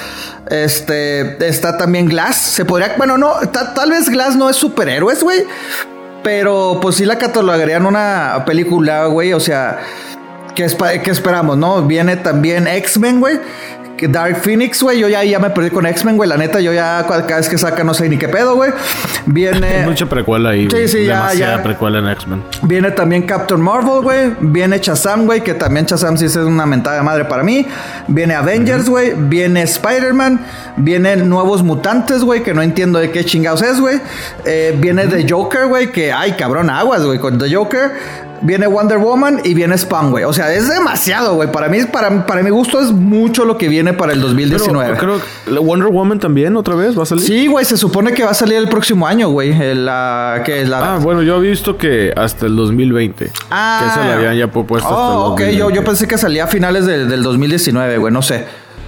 Está también Glass. Se podría... Bueno, no, tal vez Glass no es superhéroes, güey. Pero pues sí la catalogarían una película, güey. O sea, ¿qué esperamos, no? Viene también X-Men, güey. Dark Phoenix, güey. Yo ya me perdí con X-Men, güey. La neta, yo ya cada vez que saca no sé ni qué pedo, güey. Viene... Hay mucha precuela ahí, güey. Sí, demasiada precuela en X-Men. Viene también Captain Marvel, güey. Viene Shazam, güey. Que también Shazam sí es una mentada de madre para mí. Viene Avengers, güey. Viene Spider-Man. Vienen Nuevos Mutantes, güey. Que no entiendo de qué chingados es, güey. Viene The Joker, güey. Que, ay, cabrón, aguas, güey. Con The Joker. Viene Wonder Woman y viene Spawn, güey. O sea, es demasiado, güey. Para mi gusto es mucho lo que viene para el 2019. Pero creo Wonder Woman también otra vez va a salir. Sí, güey. Se supone que va a salir el próximo año, güey. Bueno, yo he visto que hasta el 2020. Que esa la habían ya propuesto hasta el 2020. Ok. Yo pensé que salía a finales del 2019, güey. No sé.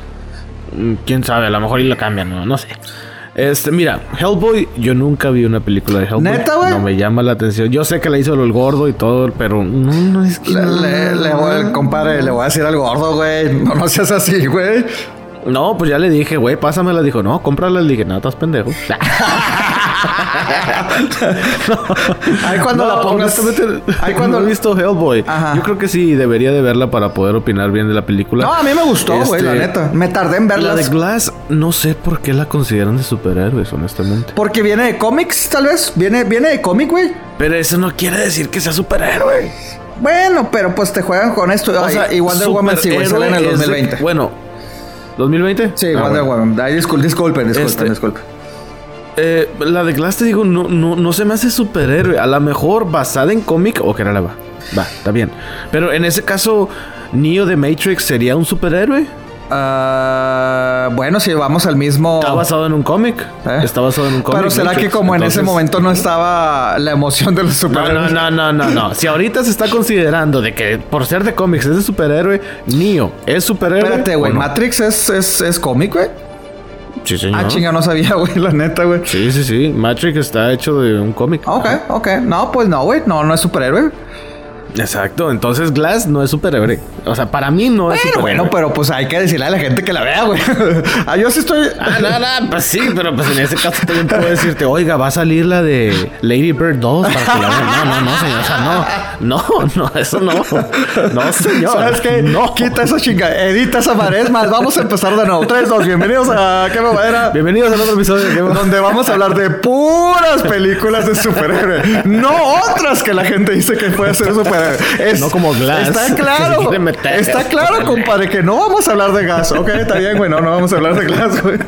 Quién sabe. A lo mejor y la cambian, no sé. Mira, Hellboy, yo nunca vi una película de Hellboy. ¿Neta, güey? No me llama la atención. Yo sé que la hizo el gordo y todo, pero no es que... Compadre, le voy a decir al gordo, güey. No seas así, güey. No, pues ya le dije, güey, pásamela. Dijo, no, cómprala. Le dije, no, estás pendejo. Ahí cuando la pongas... Ahí cuando he visto Hellboy. Ajá. Yo creo que sí, debería de verla para poder opinar bien de la película. No, a mí me gustó, güey, la neta. Me tardé en verla. La de Glass, no sé por qué la consideran de superhéroes, honestamente. Porque viene de cómics, tal vez. Viene de cómic, güey. Pero eso no quiere decir que sea superhéroe. Bueno, pero pues te juegan con esto. O sea, y Wonder Woman sí, güey, sale en el 2020. Bueno, ¿2020? Sí, Wonder Woman. Ay, disculpen. La de Glass, te digo, no se me hace superhéroe. A lo mejor basada en cómic, o que era la va, está bien. Pero en ese caso, Neo de Matrix sería un superhéroe. Bueno, si vamos al mismo... Está basado en un cómic. Está basado en un cómic. Pero será Matrix, que como entonces... en ese momento no estaba la emoción de los superhéroes. No. Si ahorita se está considerando de que por ser de cómics es de superhéroe, Neo es superhéroe. Espérate, güey. No? Matrix es cómic, güey. Sí, señor. Chinga, no sabía, güey, la neta, güey. Sí. Matrix está hecho de un cómic. Ok. No, pues no, güey. No es superhéroe. Exacto, entonces Glass no es superhéroe. O sea, para mí no es superhéroe. Bueno, pero pues hay que decirle a la gente que la vea, güey. Yo sí estoy... Pues sí, pero pues en ese caso también puedo decirte, oiga, va a salir la de Lady Bird 2 para que la vean. No, señor. O sea, no, eso no. No, señor. ¿Sabes qué? No. Quita esa chinga, edita esa madre. Es más, vamos a empezar de nuevo. 3, 2, bienvenidos a ¿Qué Mamadera? Bienvenidos al otro episodio de donde vamos a hablar de puras películas de superhéroe. No otras que la gente dice que puede ser superhéroe. No como Glass. Está claro, compadre, que no vamos a hablar de Gas. Ok, está bien, güey. No vamos a hablar de Glass, güey.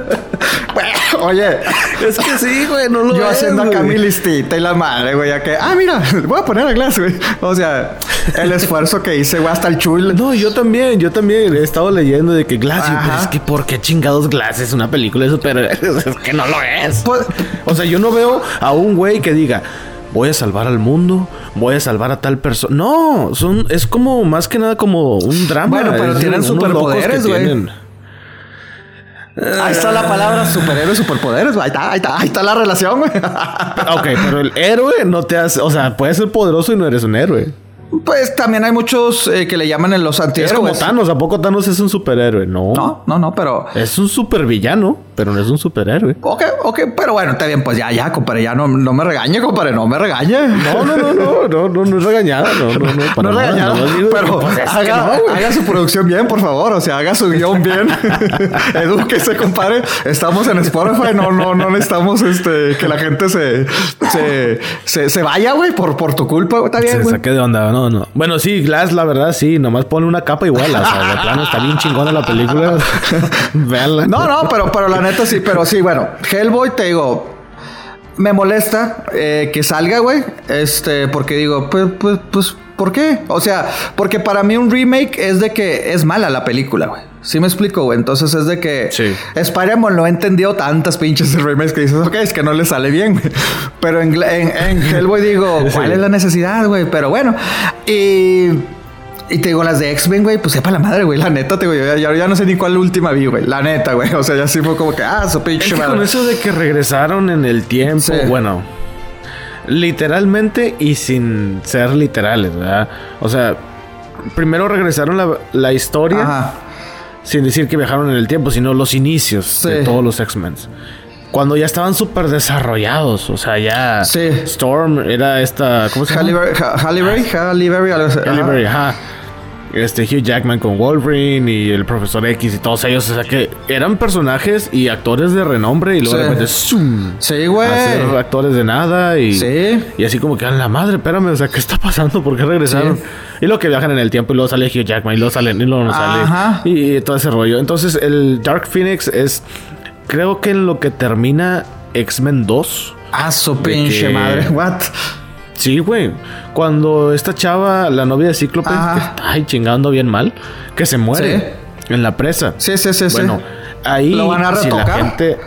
Oye, es que sí, güey. No lo yo haciendo acá mi listita y la madre, güey. Ya que, mira, voy a poner a Glass, güey. O sea, el esfuerzo que hice, güey, hasta el chul. No, yo también he estado leyendo de que Glass, pero es que ¿por qué chingados Glass es una película de superhéroes? Es que no lo es. O sea, yo no veo a un güey que diga, voy a salvar al mundo, voy a salvar a tal persona. No, es como más que nada como un drama. Bueno, pero tienen superpoderes, güey. Ahí está la palabra superhéroes, superpoderes, güey. Ahí está la relación, güey. Ok, pero el héroe no te hace... O sea, puedes ser poderoso y no eres un héroe. Pues también hay muchos que le llaman en los antihéroes. Es como Thanos. ¿A poco Thanos es un superhéroe? No, pero... Es un supervillano. pero no es un superhéroe. Ok, pero bueno, está bien, pues ya, compadre, ya no me regañe, compadre, no me regañe. No es regañada, no es regañada, pero pues haga su producción bien, por favor, o sea, haga su guión bien. Edúquese, compadre, estamos en Spotify, no necesitamos que la gente se vaya, güey, por tu culpa, está bien, güey. Se saque de onda, no. Bueno, sí, Glass, la verdad, sí, nomás pone una capa igual, o sea, de plano está bien chingona la película. Véanla. No, pero la neta sí, bueno, Hellboy, te digo, me molesta que salga, güey, porque digo, pues, ¿por qué? O sea, porque para mí un remake es de que es mala la película, güey. ¿Sí me explico, güey? Entonces es de que Spider-Man no he entendido tantas pinches remakes que dices, ok, es que no le sale bien, güey. Pero en Hellboy digo, ¿cuál es la necesidad, güey? Pero bueno, y te digo, las de X-Men, güey, pues sepa la madre, güey. La neta, te digo, ya no sé ni cuál última vi, güey. La neta, güey. O sea, ya sí fue como que, su pinche madre. Con eso de que regresaron en el tiempo, bueno, literalmente y sin ser literales, ¿verdad? O sea, primero regresaron la historia. Ajá. Sin decir que viajaron en el tiempo, sino los inicios de todos los X-Men. Cuando ya estaban súper desarrollados. O sea, ya... Storm era esta... ¿Cómo se llama? Halle Berry, ajá. Hugh Jackman con Wolverine y el Profesor X y todos ellos. O sea, que eran personajes y actores de renombre. Y luego de repente... Sí, güey. Hacer actores de nada y... Y así como que... ¡A la madre! Espérame. O sea, ¿qué está pasando? ¿Por qué regresaron? Y luego que viajan en el tiempo y luego sale Hugh Jackman y luego salen y luego no sale. Y todo ese rollo. Entonces, el Dark Phoenix es... Creo que en lo que termina X-Men 2. Su pinche madre. What? Sí, güey. Cuando esta chava, la novia de Cíclope, que está ahí chingando bien mal, que se muere en la presa. Sí. Bueno, ahí lo van a retocar. Si la gente...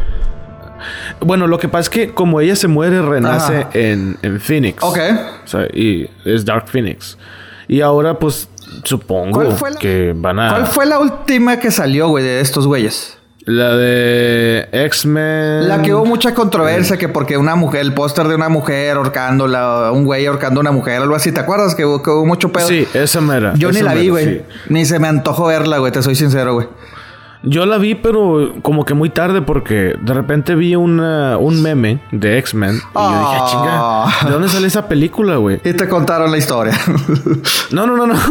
Bueno, lo que pasa es que como ella se muere, renace en Phoenix. Ok. O sea, y es Dark Phoenix. Y ahora, pues, supongo que van a... ¿Cuál fue la última que salió, güey, de estos güeyes? La de X-Men. La que hubo mucha controversia, que porque una mujer, el póster de una mujer ahorcándola, un güey ahorcando a una mujer, algo así. ¿Te acuerdas que hubo mucho pedo? Sí, esa mera. Yo ni la vi, güey. Sí. Ni se me antojó verla, güey. Te soy sincero, güey. Yo la vi, pero como que muy tarde, porque de repente vi un meme de X-Men. Y yo dije, chinga, ¿de dónde sale esa película, güey? Y te contaron la historia. No.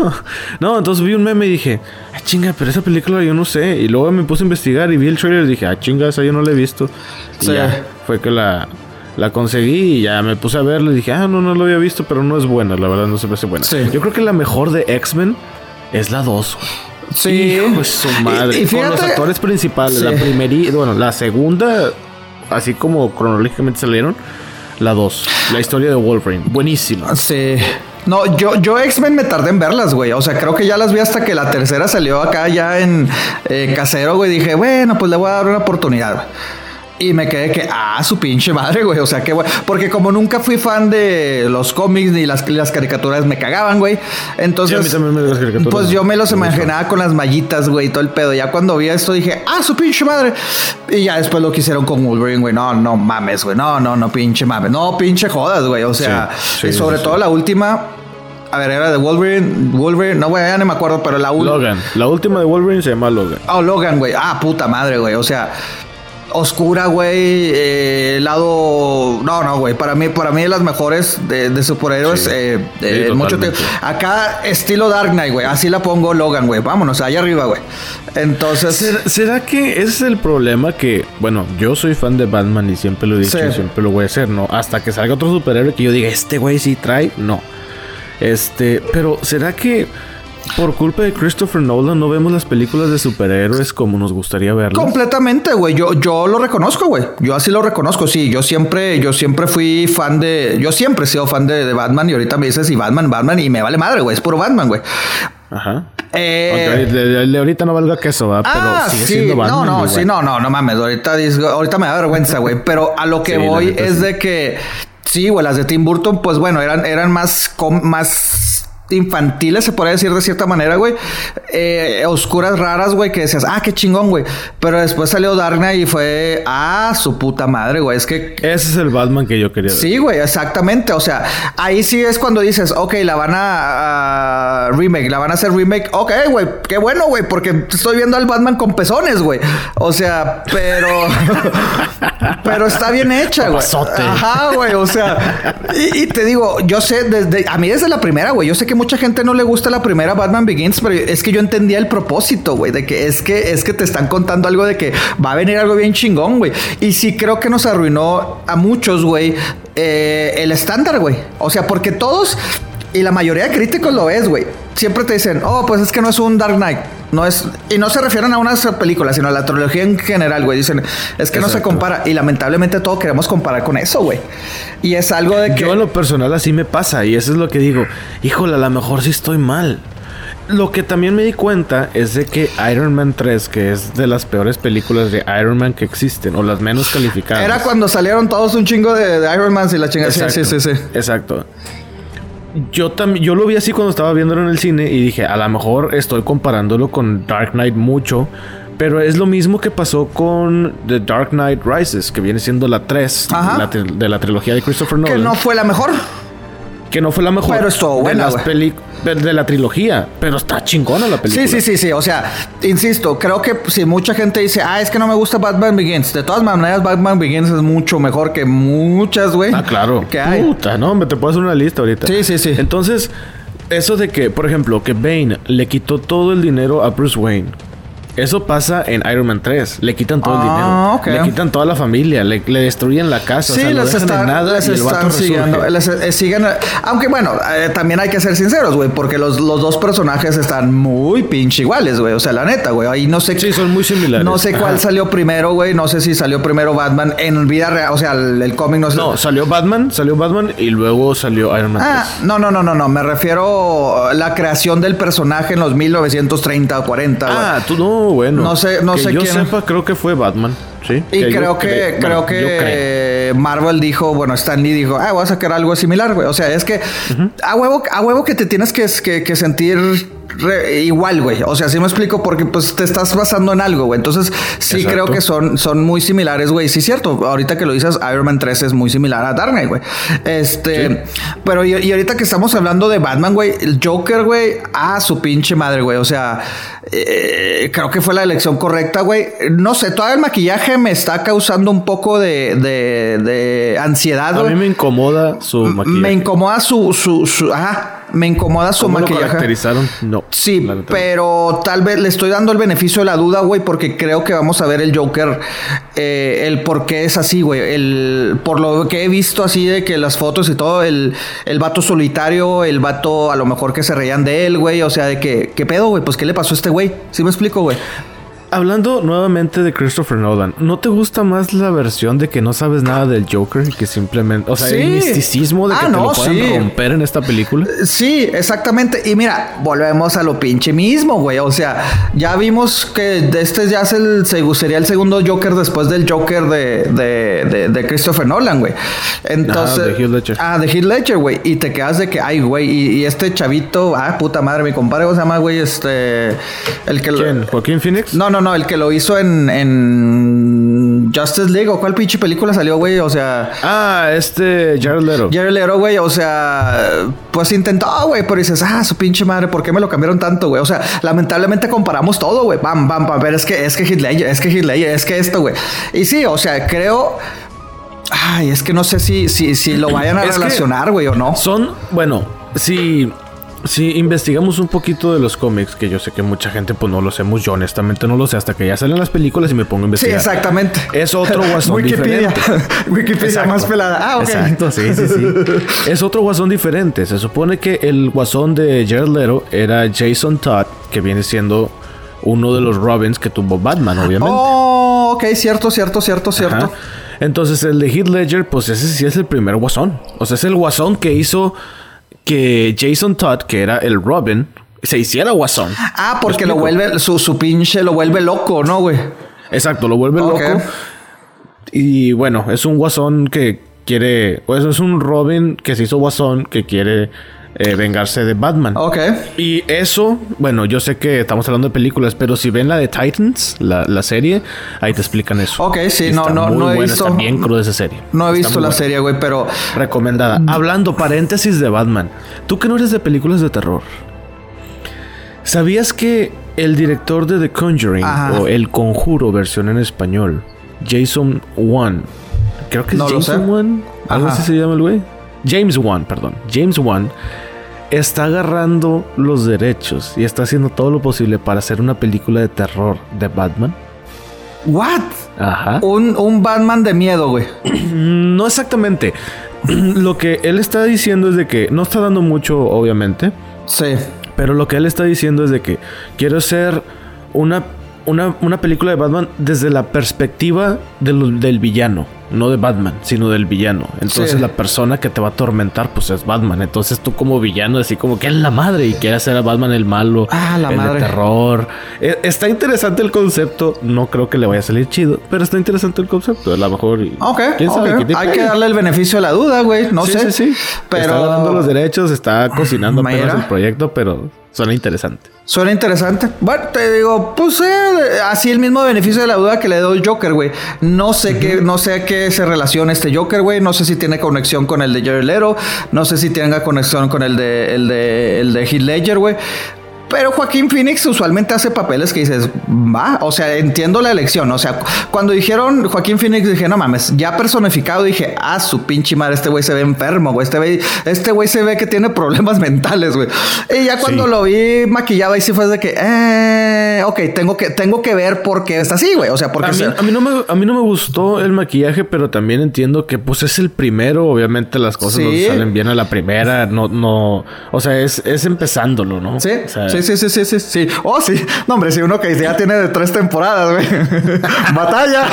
No, entonces vi un meme y dije, chinga, pero esa película yo no sé. Y luego me puse a investigar y vi el trailer y dije, chinga, esa yo no la he visto. Y ya fue que la conseguí y ya me puse a verla y dije, no lo había visto, pero no es buena, la verdad no se me hace buena. Yo creo que la mejor de X-Men es la 2, güey. Sí. Hijo de su madre. Y fíjate, con los actores principales. La primera, bueno, la segunda, así como cronológicamente salieron, la 2. La historia de Wolverine. Buenísima. Sí. No, yo X-Men me tardé en verlas, güey. O sea, creo que ya las vi hasta que la tercera salió acá ya en casero, güey. Dije, bueno, pues le voy a dar una oportunidad, güey. Y me quedé que, su pinche madre, güey. O sea, que, güey. Porque como nunca fui fan de los cómics ni las caricaturas, me cagaban, güey. Entonces, sí, a mí también me las caricaturas. Pues yo me los imaginaba con las mallitas, güey, y todo el pedo. Ya cuando vi esto dije, su pinche madre. Y ya después lo que hicieron con Wolverine, güey. No mames, güey. No, pinche mames. No, pinche jodas, güey. O sea, sobre todo la última. A ver, era de Wolverine. No, güey, ya no me acuerdo, pero la última. Logan. La última de Wolverine se llama Logan. Logan, güey. Puta madre, güey. O sea, oscura, güey. Lado... No, güey. Para mí de las mejores de superhéroes mucho tiempo. Acá, estilo Dark Knight, güey. Así la pongo Logan, güey. Vámonos, allá arriba, güey. Entonces... ¿Será que ese es el problema? Que, bueno, yo soy fan de Batman y siempre lo he dicho y siempre lo voy a hacer, ¿no? Hasta que salga otro superhéroe que yo diga, este güey sí trae. No. Pero ¿será que por culpa de Christopher Nolan no vemos las películas de superhéroes como nos gustaría verlas? Completamente, güey. Yo lo reconozco, güey. Yo así lo reconozco, sí. Yo siempre fui fan de... Yo siempre he sido fan de Batman y ahorita me dices, y Batman y me vale madre, güey. Es puro Batman, güey. Ajá. El de ahorita no valga queso, ¿va? Pero sigue siendo Batman. No mames. Ahorita me da vergüenza, güey. Pero a lo que voy es de que... Sí, güey, las de Tim Burton, pues bueno, eran más infantiles, se podría decir de cierta manera, güey. Oscuras, raras, güey, que decías, qué chingón, güey. Pero después salió Dark Knight y fue, su puta madre, güey. Es que... Ese es el Batman que yo quería ver. Sí, güey, exactamente. O sea, ahí sí es cuando dices, ok, la van a remake. La van a hacer remake. Ok, güey, qué bueno, güey, porque estoy viendo al Batman con pezones, güey. O sea, pero está bien hecha, güey. Ajá, güey, o sea, y te digo, yo sé, a mí desde la primera, güey, yo sé que mucha gente no le gusta la primera Batman Begins, pero es que yo entendía el propósito, güey, de que es que te están contando algo de que va a venir algo bien chingón, güey. Y sí creo que nos arruinó a muchos, güey, el estándar, güey. O sea, porque todos y la mayoría de críticos lo es, güey. Siempre te dicen, pues es que no es un Dark Knight. No es, y no se refieren a una película, sino a la trilogía en general, güey. Dicen, es que no se compara. Y lamentablemente todos queremos comparar con eso, güey. Y es algo de que... Yo en lo personal así me pasa. Y eso es lo que digo. Híjole, a lo mejor sí estoy mal. Lo que también me di cuenta es de que Iron Man 3, que es de las peores películas de Iron Man que existen, o las menos calificadas. Era cuando salieron todos un chingo de Iron Man y la chingada. Sí. Exacto. Yo lo vi así cuando estaba viéndolo en el cine y dije, a lo mejor estoy comparándolo con Dark Knight mucho, pero es lo mismo que pasó con The Dark Knight Rises, que viene siendo la 3 de la trilogía de Christopher Nolan. Que no fue la mejor. Pero estuvo buena, de la trilogía. Pero está chingona la película. Sí. O sea, insisto, creo que si mucha gente dice, es que no me gusta Batman Begins. De todas maneras, Batman Begins es mucho mejor que muchas, güey. Claro. Que hay. Puta, no, me te puedo hacer una lista ahorita. Sí. Entonces, eso de que, por ejemplo, que Bane le quitó todo el dinero a Bruce Wayne. Eso pasa en Iron Man 3. Le quitan todo el dinero. Okay. Le quitan toda la familia. Le destruyen la casa. Sí, o sea, lo dejan en nada y el vato siguen. Aunque bueno, también hay que ser sinceros, güey. Porque los dos personajes están muy pinche iguales, güey. O sea, la neta, güey. Ahí no sé. Sí, son muy similares. No sé cuál salió primero, güey. No sé si salió primero Batman en vida real. O sea, el cómic no sé. No, salió Batman y luego salió Iron Man 3. No. Me refiero a la creación del personaje en los 1930 o 40, güey. Tú no. Bueno, no sé que yo quién. Sepa, creo que fue Batman. Sí. Y creo que Marvel dijo, Stan Lee dijo, voy a sacar algo similar, güey. O sea, es que a huevo que te tienes que sentir igual, güey. O sea, sí me explico, porque pues te estás basando en algo, güey. Entonces, sí. Exacto. Creo que son muy similares, güey. Sí, cierto. Ahorita que lo dices, Iron Man 3 es muy similar a Dark Knight, güey. Sí. Pero y ahorita que estamos hablando de Batman, güey, el Joker, güey, su pinche madre, güey. O sea, creo que fue la elección correcta, güey. No sé, todavía el maquillaje me está causando un poco de ansiedad, güey. A mí me incomoda su maquillaje. Me incomoda me incomoda su maquillaje. ¿Cómo lo caracterizaron? No. Sí, pero tal vez le estoy dando el beneficio de la duda, güey, porque creo que vamos a ver el Joker, el por qué es así, güey. Por lo que he visto así de que las fotos y todo, el vato solitario, el vato a lo mejor que se reían de él, güey. O sea, de que, ¿qué pedo, güey? Pues, ¿qué le pasó a este güey? ¿Sí me explico, güey? Hablando nuevamente de Christopher Nolan, ¿no te gusta más la versión de que no sabes nada del Joker y que simplemente... O sea, el misticismo de que te lo puedan romper en esta película? Sí, exactamente. Y mira, volvemos a lo pinche mismo, güey. O sea, ya vimos que este ya sería el segundo Joker después del Joker de Christopher Nolan, güey. Entonces... de Heath Ledger. De Heath Ledger, güey. Y te quedas de que, güey. Y este chavito... puta madre, mi compadre, ¿cómo se llama, güey? ¿Quién? ¿Joaquín Phoenix? No, el que lo hizo en Justice League, o cuál pinche película salió, güey, o sea... Jared Leto. Jared Leto, güey, o sea... Pues intentó, güey, pero dices, su pinche madre, ¿por qué me lo cambiaron tanto, güey? O sea, lamentablemente comparamos todo, güey. Bam, pero es que Heath Ledger, es que esto, güey. Y sí, o sea, creo... es que no sé si lo vayan a relacionar, güey, o no. Si investigamos un poquito de los cómics, que yo sé que mucha gente pues no lo hacemos, yo honestamente no lo sé hasta que ya salen las películas y me pongo a investigar. Sí, exactamente. Es otro guasón diferente. Wikipedia más pelada. Ok. Exacto, sí. Es otro guasón diferente. Se supone que el guasón de Jared Leto era Jason Todd, que viene siendo uno de los Robins que tuvo Batman, obviamente. Ok, cierto. Ajá. Entonces el de Heath Ledger, pues ese sí es el primer guasón. O sea, es el guasón que hizo que Jason Todd, que era el Robin, se hiciera guasón. Porque lo vuelve, su pinche lo vuelve loco, ¿no, güey? Exacto, lo vuelve loco. Y bueno, es un guasón que quiere... Pues es un Robin que se hizo guasón que quiere vengarse de Batman. Ok. Y eso, bueno, yo sé que estamos hablando de películas, pero si ven la de Titans, la serie, ahí te explican eso. Ok, sí, no he visto. Está bien cruda esa serie. No he visto la serie, güey, pero... Recomendada. Hablando, paréntesis de Batman. Tú que no eres de películas de terror, ¿Sabías que el director de The Conjuring, o El Conjuro, versión en español, Jason Wan, creo que es Jason Wan, algo así se llama el güey? James Wan, está agarrando los derechos y está haciendo todo lo posible para hacer una película de terror de Batman? ¿What? Ajá. Un Batman de miedo, güey. No exactamente. Lo que él está diciendo es de que no está dando mucho, obviamente. Sí. Pero lo que él está diciendo es de que quiero hacer una película de Batman desde la perspectiva del villano. No de Batman, sino del villano. Entonces la persona que te va a atormentar, pues es Batman. Entonces tú como villano, así como que es la madre y quiere hacer a Batman el malo, el de terror. Está interesante el concepto. No creo que le vaya a salir chido, pero está interesante el concepto. A lo mejor... ¿Quién sabe? Hay que darle el beneficio de la duda, güey. No sé. Sí. Pero... Está ganando los derechos, está cocinando apenas el proyecto, pero suena interesante. Bueno, te digo, pues así el mismo beneficio de la duda que le doy Joker, güey. No sé a qué se relaciona este Joker, güey. No sé si tiene conexión con el de Jared Leto. No sé si tenga conexión con el de Heath Ledger, güey. Pero Joaquín Phoenix usualmente hace papeles que dices, va, o sea, entiendo la elección. O sea, cuando dijeron Joaquín Phoenix, dije, no mames, ya personificado, dije, su pinche madre, este güey se ve enfermo, güey. Este güey se ve que tiene problemas mentales, güey. Y ya cuando lo vi maquillado, ahí sí fue de que, ok, tengo que ver por qué está así, güey. O sea, porque a mí no me gustó el maquillaje, pero también entiendo que, pues, es el primero. Obviamente las cosas no salen bien a la primera. No, o sea, es empezándolo, ¿no? Sí, o sea, sí. Oh, sí. No, hombre, si uno que ya tiene de 3 temporadas, güey. Batalla.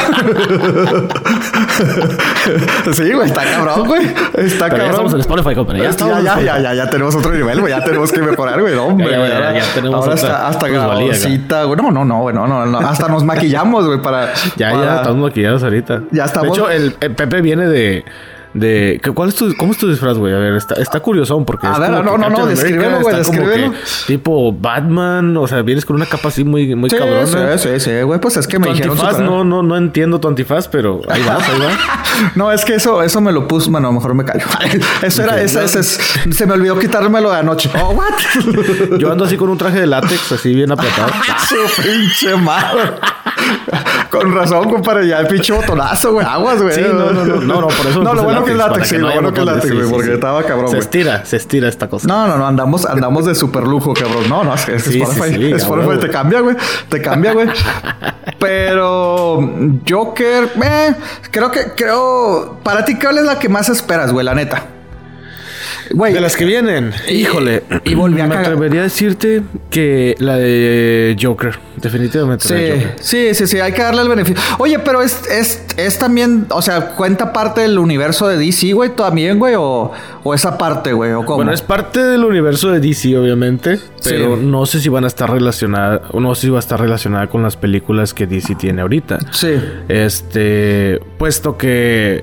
Sí, güey, está cabrón, güey. Está pero cabrón. Ya estamos en Spotify, compadre. Ya tenemos otro nivel, güey. Ya tenemos que mejorar, güey. No, hombre, güey. Ya tenemos ahora hasta grabadorcita, güey. No. Hasta nos maquillamos, güey, para... Ya estamos maquillados ahorita. Ya estamos. De hecho, el Pepe viene de ¿cómo es tu disfraz, güey? A ver, está curiosón porque a ver, no, descríbelo, güey, descríbelo. Tipo Batman, o sea, vienes con una capa así muy cabrona. Sí, güey, pues es que me dijeron antifaz, no entiendo tu antifaz, pero ahí va. No, es que eso me lo puso, bueno, mejor me callo. Eso era, se me olvidó quitármelo de anoche. Oh, what? Yo ando así con un traje de látex, así bien apretado. Su pinche madre. Con razón, compadre, ya el pinche botonazo, güey. Aguas, güey. Sí, no, por eso. No, lo bueno que es látex, sí, lo bueno que es látex, güey, porque estaba cabrón, güey. Se estira esta cosa. No, andamos de super lujo, cabrón. No, es Spotify. Spotify te cambia, güey. Pero Joker, creo, para ti, ¿cuál es la que más esperas, güey, la neta? Güey, de las que vienen, híjole. Y volví a me atrevería a decirte que la de Joker, definitivamente. Sí, hay que darle el beneficio. Oye, pero es también, o sea, ¿cuenta parte del universo de DC, güey, también, güey? ¿O esa parte, güey? ¿O cómo? Bueno, es parte del universo de DC, obviamente. Pero no sé si van a estar relacionada, no sé si va a estar relacionada con las películas que DC tiene ahorita. Sí. Puesto que...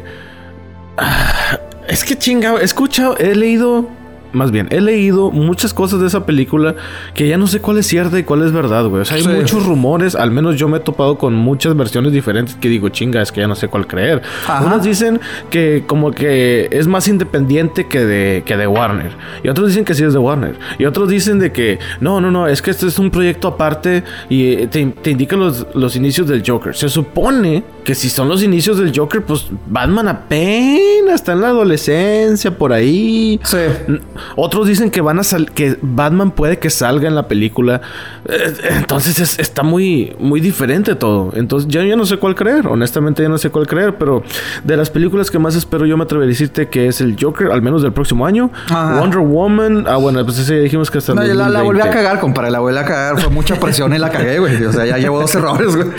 Es que chingado, he leído muchas cosas de esa película que ya no sé cuál es cierta y cuál es verdad, güey. O sea, hay muchos rumores, al menos yo me he topado con muchas versiones diferentes que digo, chinga, es que ya no sé cuál creer. Ajá. Unos dicen que como que es más independiente que de Warner. Y otros dicen que sí es de Warner. Y otros dicen de que no, es que este es un proyecto aparte y te indica los inicios del Joker. Se supone que si son los inicios del Joker, pues Batman apenas está en la adolescencia, por ahí. Sí. Otros dicen que que Batman puede que salga en la película. Entonces está muy, muy diferente todo. Entonces yo ya no sé cuál creer. Honestamente ya no sé cuál creer. Pero de las películas que más espero, yo me atrevería a decirte que es el Joker, al menos del próximo año. Ajá. Wonder Woman. Bueno, pues ese ya dijimos que hasta el 2020. La volví a cagar, compadre. La volví a cagar. Fue mucha presión y la cagué, güey. O sea, ya llevo 2 errores, güey.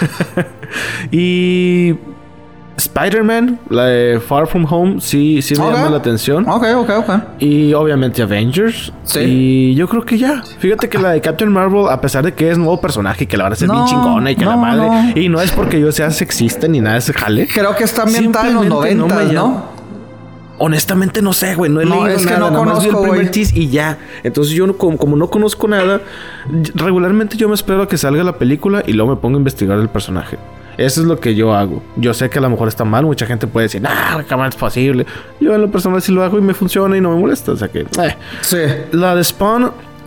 Y... Spider-Man, la de Far From Home, sí me llama la atención. Ok. Y obviamente Avengers. Sí. Y yo creo que ya. Fíjate que la de Captain Marvel, a pesar de que es nuevo personaje, que la van a hacer bien chingona y que la madre. No. Y no es porque yo sea sexista ni nada de ese jale. Creo que está ambientada en los 90, ¿no? Honestamente no sé, güey. No he leído es que nada. No conozco, el primer tease y ya. Entonces yo como no conozco nada, regularmente yo me espero a que salga la película y luego me pongo a investigar el personaje. Eso es lo que yo hago. Yo sé que a lo mejor está mal. Mucha gente puede decir, ¿cómo es posible? Yo en lo personal sí lo hago y me funciona y no me molesta. O sea que... Sí. La de Spawn...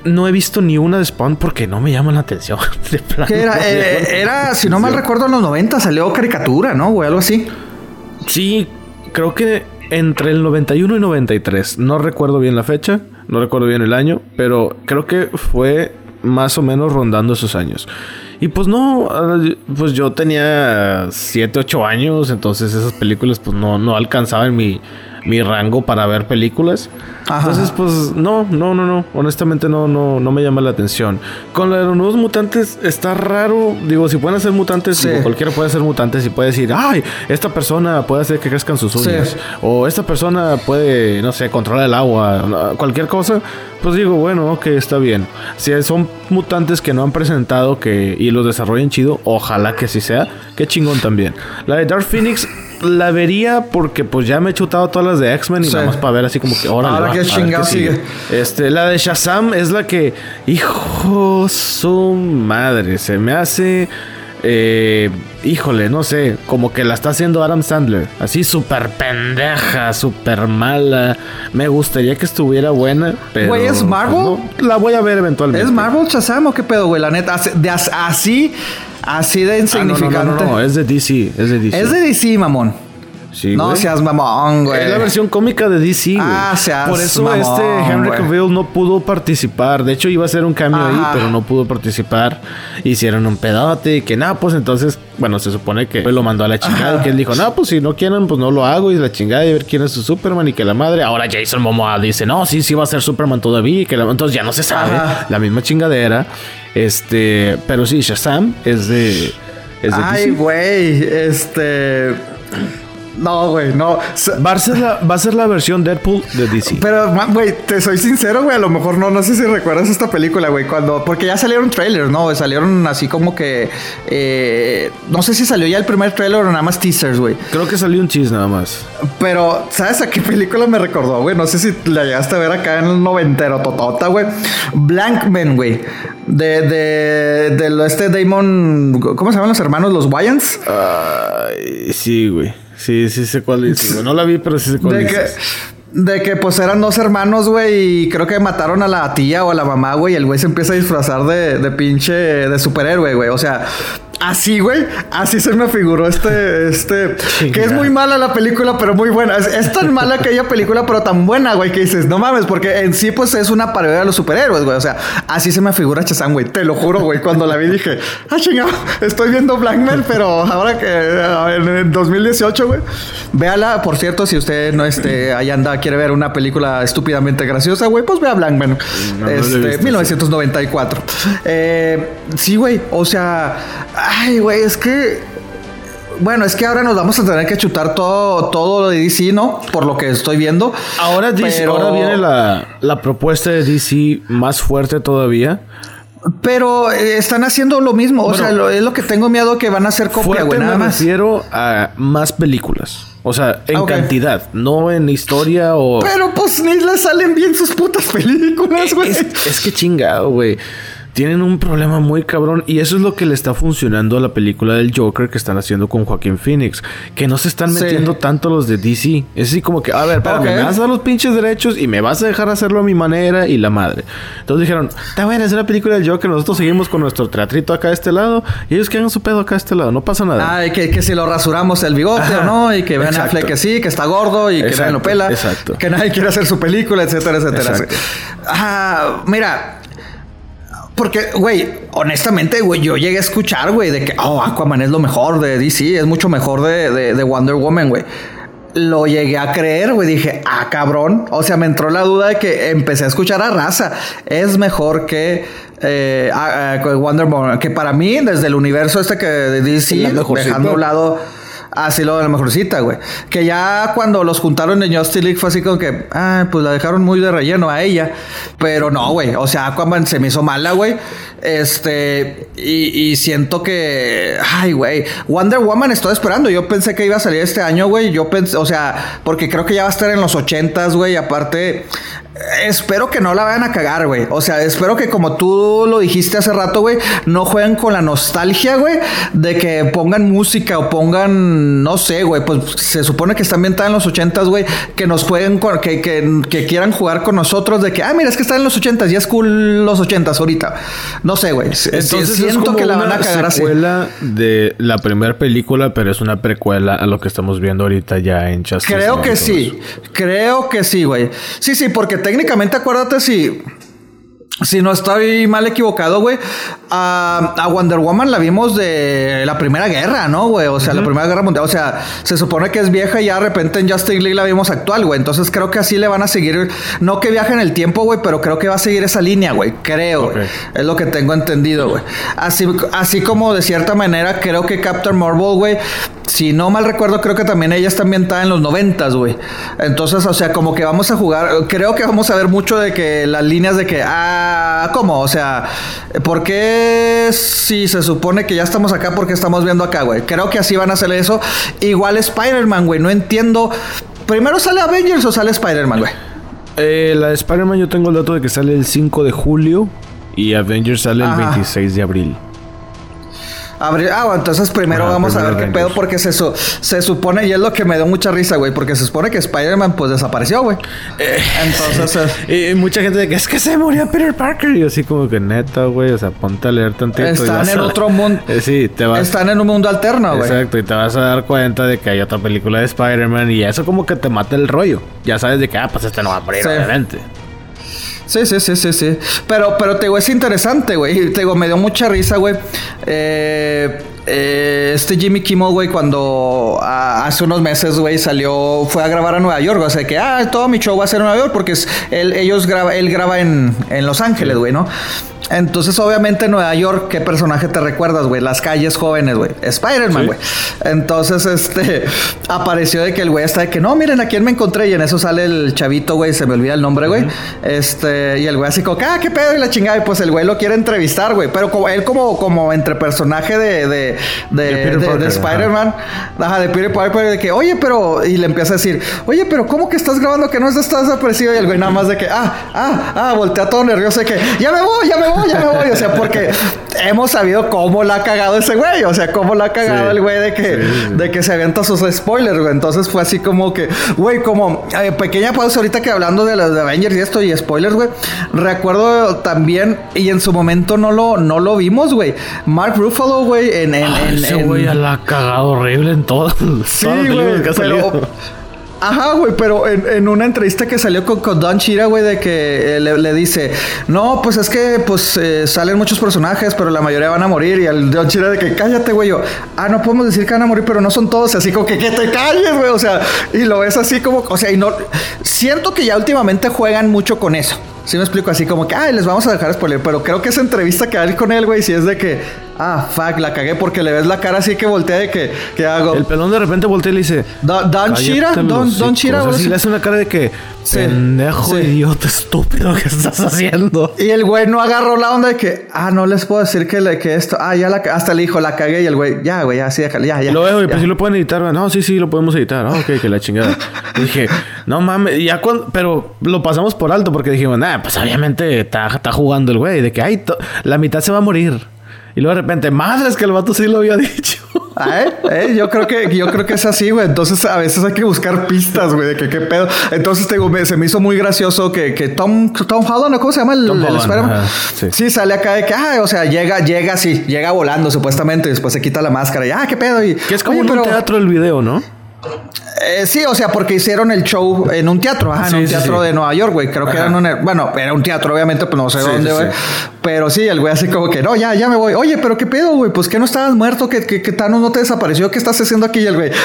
no he visto ni una de Spawn porque no me llaman la atención. De plano, ¿Qué era? Era, si no mal recuerdo, en los 90 salió caricatura, ¿no? Güey, algo así. Sí, creo que entre el 91 y 93. No recuerdo bien la fecha, no recuerdo bien el año, pero creo que fue más o menos rondando esos años. Y pues no, pues yo tenía 7, 8 años, entonces esas películas pues no alcanzaban mi rango para ver películas. Ajá. Entonces pues no, honestamente no me llama la atención. Con lo de los nuevos mutantes está raro. Digo, si pueden hacer mutantes, sí. Digo, cualquiera puede hacer mutantes y puede decir, ay, esta persona puede hacer que crezcan sus uñas, sí. O esta persona puede, no sé, controlar el agua, cualquier cosa. Pues digo, bueno, ok, está bien. Si son mutantes que no han presentado y los desarrollen chido, ojalá que sí sea. Qué chingón también. La de Dark Phoenix la vería porque pues ya me he chutado todas las de X-Men y sí. Nada más para ver así como que ahora qué chingado sigue. La de Shazam es la que, hijo su madre, se me hace híjole, no sé, como que la está haciendo Adam Sandler, así súper pendeja, súper mala. Me gustaría que estuviera buena, pero güey, ¿es Marvel? No, la voy a ver eventualmente. ¿Es Marvel Shazam o qué pedo, güey? La neta, así de insignificante. No, es de DC, es de DC, mamón. Sí, no, güey. Seas mamón, güey. Es la versión cómica de DC, güey. Seas por eso mamón, Henry Cavill no pudo participar. De hecho, iba a hacer un cambio ahí, pero no pudo participar. Hicieron un pedote y que nada, pues entonces, bueno, se supone que lo mandó a la chingada. Y que él dijo, no, pues si no quieren, pues no lo hago. Y la chingada y ver quién es su Superman y que la madre. Ahora Jason Momoa dice, no, sí va a ser Superman todavía. Y que entonces ya no se sabe. La misma chingadera. Pero sí, Shazam es de ay, güey, no, güey, no. Va a ser la versión Deadpool de DC. Pero, güey, te soy sincero, güey. A lo mejor no sé si recuerdas esta película, güey. Porque ya salieron trailers, ¿no? Salieron así como que... no sé si salió ya el primer trailer o nada más teasers, güey. Creo que salió un cheese nada más. Pero, ¿sabes a qué película me recordó, güey? No sé si la llegaste a ver acá en el noventero totota, güey. Blankman, güey. De Damon... ¿Cómo se llaman los hermanos? ¿Los Wayans? Sí, güey. Sí, sé cuál es. No la vi, pero sí sé cuál es. De que pues eran dos hermanos, güey, y creo que mataron a la tía o a la mamá, güey, y el güey se empieza a disfrazar de pinche de superhéroe, güey. O sea, así, güey, así se me figuró que es muy mala la película, pero muy buena. Es tan mala aquella película, pero tan buena, güey, que dices, no mames, porque en sí, pues es una parodia de los superhéroes, güey. O sea, así se me figura Shazam, güey. Te lo juro, güey. Cuando la vi dije, chingado, estoy viendo Blackmail, pero ahora que en 2018, güey. Véala, por cierto, si usted no allá anda, quiere ver una película estúpidamente graciosa, güey, pues vea Blackman. 1994. Sí, güey, o sea, ay, güey, es que... Bueno, es que ahora nos vamos a tener que chutar todo lo de DC, ¿no? Por lo que estoy viendo. Ahora viene la propuesta de DC más fuerte todavía. Pero están haciendo lo mismo. Bueno, o sea, es lo que tengo miedo que van a hacer copia, güey. Nada más. Me refiero a más películas. O sea, en cantidad, no en historia o... Pero pues ni le salen bien sus putas películas, güey. Es que chingado, güey. Tienen un problema muy cabrón y eso es lo que le está funcionando a la película del Joker que están haciendo con Joaquín Phoenix. Que no se están metiendo tanto los de DC. Es así como que, a ver, me vas a dar los pinches derechos y me vas a dejar hacerlo a mi manera y la madre. Entonces dijeron, está buena, es una película del Joker, nosotros seguimos con nuestro teatrito acá de este lado y ellos que hagan su pedo acá de este lado, no pasa nada. Y que si lo rasuramos el bigote o no, y que vean a Fleck que sí, que está gordo y que nadie lo pela. Exacto. Que nadie quiere hacer su película, etcétera, etcétera. Mira... Porque, güey, honestamente, güey, yo llegué a escuchar, güey, de que, Aquaman es lo mejor de DC, es mucho mejor de Wonder Woman, güey. Lo llegué a creer, güey, dije, cabrón. O sea, me entró la duda de que empecé a escuchar a raza. Es mejor que Wonder Woman, que para mí, desde el universo que de DC, dejando a un lado... Así lo de la mejorcita, güey. Que ya cuando los juntaron en Justice League fue así como que... pues la dejaron muy de relleno a ella. Pero no, güey. O sea, Aquaman se me hizo mala, güey. Y siento que... Ay, güey. Wonder Woman estoy esperando. Yo pensé que iba a salir este año, güey. Yo pensé... O sea, porque creo que ya va a estar en los 80s, güey. Aparte... espero que no la vayan a cagar, güey. O sea, espero que como tú lo dijiste hace rato, güey, no jueguen con la nostalgia, güey, de que pongan música o pongan, no sé, güey, pues se supone que está ambientada en los 80s, güey, que nos jueguen, que quieran jugar con nosotros, de que, mira, es que está en los 80s, ya es cool los 80s ahorita. No sé, güey. Entonces siento que la van a cagar así. Es una secuela de la primera película, pero es una precuela a lo que estamos viendo ahorita ya en Justice. Creo que sí. Creo que sí, güey. Sí, porque técnicamente acuérdate si no estoy mal equivocado, güey, a Wonder Woman la vimos de la Primera Guerra, ¿no, güey? O sea, la Primera Guerra Mundial. O sea, se supone que es vieja y ya de repente en Justice League la vimos actual, güey. Entonces creo que así le van a seguir. No que viaje en el tiempo, güey, pero creo que va a seguir esa línea, güey. Creo, güey. Es lo que tengo entendido, güey. Así como de cierta manera creo que Captain Marvel, güey, si no mal recuerdo, creo que también ella está ambientada en los 90s, güey. Entonces, o sea, como que vamos a jugar. Creo que vamos a ver mucho de que las líneas de que, ¿cómo? O sea, ¿por qué si se supone que ya estamos acá, por qué estamos viendo acá, güey? Creo que así van a hacer eso. Igual Spider-Man, güey. No entiendo. ¿Primero sale Avengers o sale Spider-Man, güey? La de Spider-Man yo tengo el dato de que sale el 5 de julio y Avengers sale el 26 de abril. Bueno, entonces primero vamos a ver qué pedo, porque se supone, y es lo que me dio mucha risa, güey, porque se supone que Spider-Man pues desapareció, güey. Entonces y mucha gente de que es que se murió Peter Parker, y yo así como que neta, güey, o sea, ponte a leer tantito. Están en otro mundo. Sí, están en un mundo alterno, güey. Exacto, y te vas a dar cuenta de que hay otra película de Spider-Man y eso como que te mata el rollo. Ya sabes de que, pues este no va a morir, obviamente. Sí. Pero te digo, es interesante, güey. Te digo, me dio mucha risa, güey. Jimmy Kimmel, güey, cuando hace unos meses, güey, fue a grabar a Nueva York. O sea que, todo mi show va a ser en Nueva York porque él graba en Los Ángeles, güey, ¿no? Entonces, obviamente, en Nueva York, ¿qué personaje te recuerdas, güey? Las calles jóvenes, güey. Spider-Man, güey. Entonces, apareció de que el güey está de que, no, miren a quién me encontré. Y en eso sale el chavito, güey, se me olvida el nombre, güey. Y el güey así como, qué pedo y la chingada. Y pues el güey lo quiere entrevistar, güey. Pero como entre personaje de Spider-Man. De Peter Parker, de que, oye, pero... Y le empieza a decir, oye, pero ¿cómo que estás grabando que no estás desaparecido? Y el güey nada más de que, voltea todo nervioso de que, ya me voy. O sea, porque hemos sabido cómo la ha cagado ese güey. O sea, cómo la ha cagado el güey de que se avienta sus spoilers, güey. Entonces fue así como que, güey, como pequeña pausa ahorita que hablando de los de Avengers y esto y spoilers, güey. Recuerdo también, y en su momento no lo vimos, güey. Mark Ruffalo, güey, ese güey ya la ha cagado horrible en todo. Sí, güey, güey, pero en una entrevista que salió con Don Cheadle, güey, de que le dice, no, pues es que pues salen muchos personajes, pero la mayoría van a morir. Y el Don Cheadle de que, cállate, güey. Yo, no podemos decir que van a morir, pero no son todos. Así como que te calles, güey. O sea, y lo ves así como, o sea, y no... Siento que ya últimamente juegan mucho con eso. Sí me explico, así como que, les vamos a dejar spoiler. Pero creo que esa entrevista que hay con él, güey, si es de que, fuck, la cagué, porque le ves la cara así que voltea de que, ¿qué hago? El pelón de repente voltea y le dice, Don Cheadle, Don Cheadle. O sea, sí le hace una cara de que, pendejo, idiota, estúpido, ¿qué estás haciendo? Y el güey no agarró la onda de que, no les puedo decir que esto, hasta le dijo, la cagué, y el güey, ya, güey, así déjale, ya. Lo veo, y pues sí lo pueden editar, güey. No, sí, lo podemos editar. Ok, que la chingada. Y dije, no mames, pero lo pasamos por alto porque dijimos, pues obviamente está jugando el güey, de que, la mitad se va a morir. Y luego de repente, madres, que el vato sí lo había dicho. Yo creo que es así, güey. Entonces a veces hay que buscar pistas, güey, de que qué pedo. Entonces se me hizo muy gracioso que Tom Holland, ¿cómo se llama el Spider-Man? Sí, sale acá de que, o sea, llega volando supuestamente, después se quita la máscara y qué pedo. Y que es como un teatro el video, ¿no? Sí, o sea, porque hicieron el show en un teatro, en un teatro de Nueva York, güey. Creo que era era un teatro, obviamente, pues no sé dónde, güey. Pero sí, el güey así como que, no, ya me voy. Oye, pero qué pedo, güey, pues que no estabas muerto, que Thanos no te desapareció, ¿qué estás haciendo aquí? Y el güey,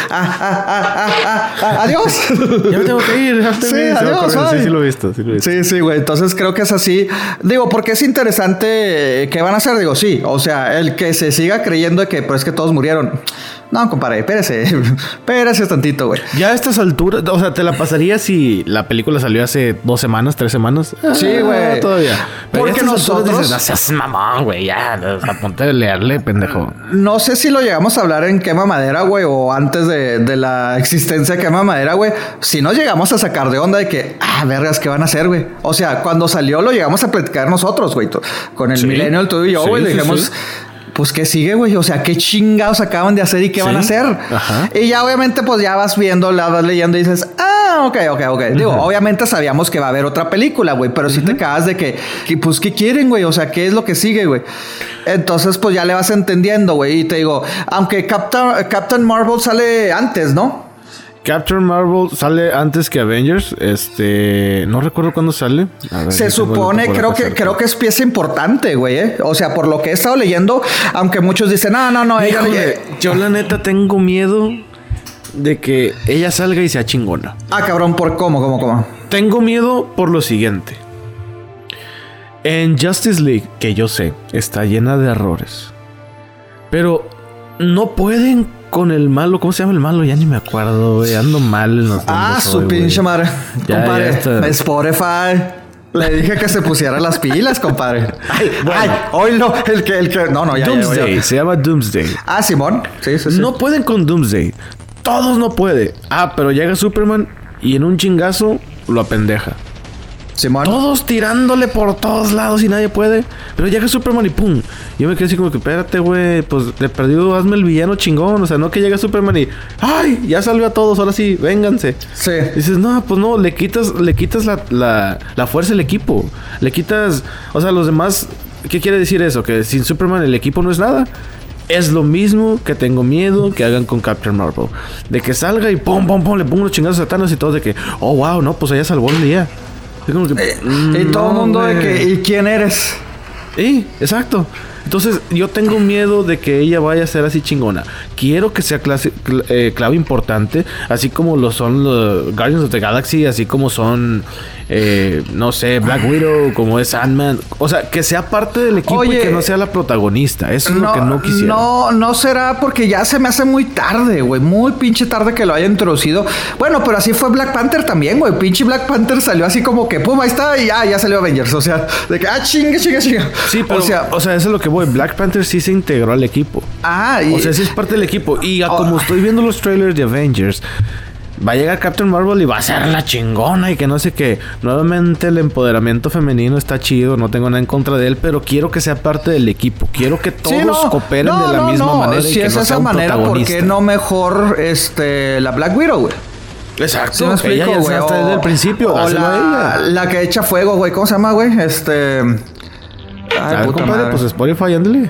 adiós. Ya me tengo que ir. Sí, adiós. Sí, lo he visto. Sí, güey. Entonces creo que es así. Digo, porque es interesante. ¿Qué van a hacer? Digo, sí. O sea, el que se siga creyendo que, pues, que todos murieron. No, compadre, espérese tantito, güey. Ya a estas alturas, o sea, ¿te la pasaría si la película salió hace 2 semanas, 3 semanas? Sí, güey. Todavía. Pero porque nosotros... dices, no seas mamón, güey, ya, o sea, ponte a leerle, pendejo. No sé si lo llegamos a hablar en Quema Madera, güey, o antes de la existencia de Quema Madera, güey. Si nos llegamos a sacar de onda de que, vergas, ¿qué van a hacer, güey? O sea, cuando salió lo llegamos a platicar nosotros, güey. Con el Millennial, tú y yo, güey, dijimos... Pues, ¿qué sigue, güey? O sea, ¿qué chingados acaban de hacer y qué van a hacer? Ajá. Y ya, obviamente, pues ya vas viendo, la vas leyendo y dices, ok. Digo, obviamente sabíamos que va a haber otra película, güey, pero sí te cagas de que, pues, ¿qué quieren, güey? O sea, ¿qué es lo que sigue, güey? Entonces, pues ya le vas entendiendo, güey. Y te digo, aunque Captain Marvel sale antes, ¿no? Captain Marvel sale antes que Avengers. No recuerdo cuándo sale. A ver, se supone, creo que es pieza importante, güey. O sea, por lo que he estado leyendo, aunque muchos dicen, no, yo la neta tengo miedo de que ella salga y sea chingona. Cabrón, ¿por cómo? Tengo miedo por lo siguiente. En Justice League, que yo sé, está llena de errores. Pero no pueden con el malo. ¿Cómo se llama el malo? Ya ni me acuerdo, güey. Ando mal en los nombres su hoy, pinche madre. Compadre, ya Spotify. Le dije que se pusiera las pilas, compadre. Hoy no. El que. No, ya. Doomsday. Se llama Doomsday. Simón. Sí. No pueden con Doomsday. Todos no pueden. Pero llega Superman y en un chingazo lo apendeja. Simón. Todos tirándole por todos lados y nadie puede. Pero llega Superman y ¡pum! Yo me quedé así como que, espérate, güey. Pues de perdido hazme el villano chingón. O sea, no que llega Superman y ¡ay! Ya salve a todos. Ahora sí, vénganse. Sí. Dices, no, pues no. Le quitas la fuerza del equipo. Le quitas... O sea, los demás... ¿Qué quiere decir eso? Que sin Superman el equipo no es nada. Es lo mismo que tengo miedo que hagan con Captain Marvel. De que salga y ¡pum! Le pongo unos chingados a Thanos y todo de que... Oh, wow, no, pues ella salvó el día. Es como que, y todo el mundo de que, ¿y quién eres? Exacto. Entonces, yo tengo miedo de que ella vaya a ser así chingona. Quiero que sea clave importante, así como lo son los Guardians of the Galaxy, así como son, no sé, Black Widow, como es Ant-Man. O sea, que sea parte del equipo y que no sea la protagonista. Eso es lo que no quisiera. No será porque ya se me hace muy tarde, güey. Muy pinche tarde que lo haya introducido. Bueno, pero así fue Black Panther también, güey. Pinche Black Panther salió así como que, pum, ahí está y ya salió Avengers. O sea, de que, chinga. Sí, pero, o sea, eso es lo que voy. Black Panther sí se integró al equipo. O sea, sí es parte del equipo. Y como estoy viendo los trailers de Avengers, va a llegar Captain Marvel y va a ser la chingona y que no sé qué. Nuevamente el empoderamiento femenino está chido, no tengo nada en contra de él, pero quiero que sea parte del equipo. Quiero que todos cooperen de la misma manera. Si es esa manera, ¿por qué no mejor la Black Widow, güey? Exacto. ¿Sí me explico, ella ya güey? está desde el principio. O la que echa fuego, güey. ¿Cómo se llama, güey? Ay, compadre, pues Spotify, ándale.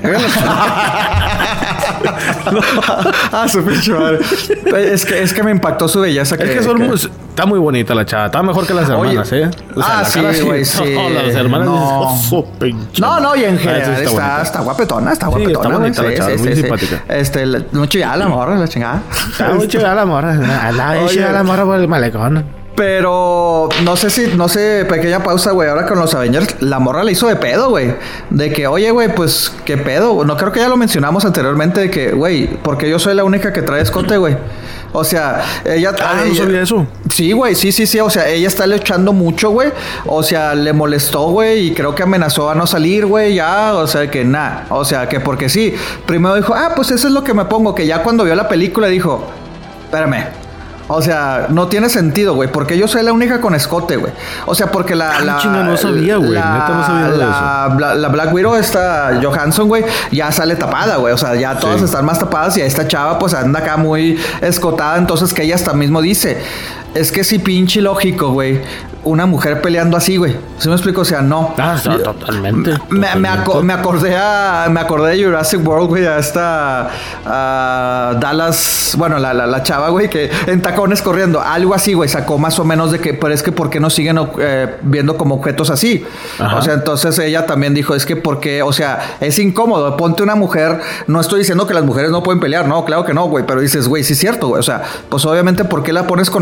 Su pinche madre. Es que me impactó su belleza. Está muy bonita la chava. Está mejor que las hermanas, ¿eh? O sea, sí, güey, sí. No, las hermanas y en general está guapetona. Está guapetona. Está bonita la chava, muy simpática. Muy chingada la morra, la chingada. Está muy chingada la morra. La morra por el malecón. Pero no sé, pequeña pausa, güey. Ahora con los Avengers, la morra le hizo de pedo, güey. De que, oye, güey, pues, ¿qué pedo? No creo que ya lo mencionamos anteriormente. De que, güey, porque yo soy la única que trae escote, güey. O sea, ella... no sabía eso. Sí, güey, sí. O sea, ella está luchando mucho, güey. O sea, le molestó, güey. Y creo que amenazó a no salir, güey. Ya, o sea, que nada. O sea, que porque sí. Primero dijo, pues eso es lo que me pongo. Que ya cuando vio la película dijo, espérame. O sea, no tiene sentido, güey. Porque yo soy la única con escote, güey. O sea, porque chinga, no sabía, güey. Neta no sabía de eso. La Black Widow, esta Johansson, güey, ya sale tapada, güey. O sea, ya todas están más tapadas y esta chava, pues, anda acá muy escotada. Entonces, que ella hasta mismo dice... Es que sí, pinche lógico, güey. Una mujer peleando así, güey. ¿Sí me explico? O sea, no. Totalmente. Me acordé de Jurassic World, güey. A esta Dallas, bueno, la chava, güey, que en tacones corriendo. Algo así, güey. Sacó más o menos de que, pero es que ¿por qué no siguen viendo como objetos así? Ajá. O sea, entonces ella también dijo, es que porque, o sea, es incómodo. Ponte una mujer. No estoy diciendo que las mujeres no pueden pelear. No, claro que no, güey. Pero dices, güey, sí es cierto, güey. O sea, pues obviamente, ¿por qué la pones con escote?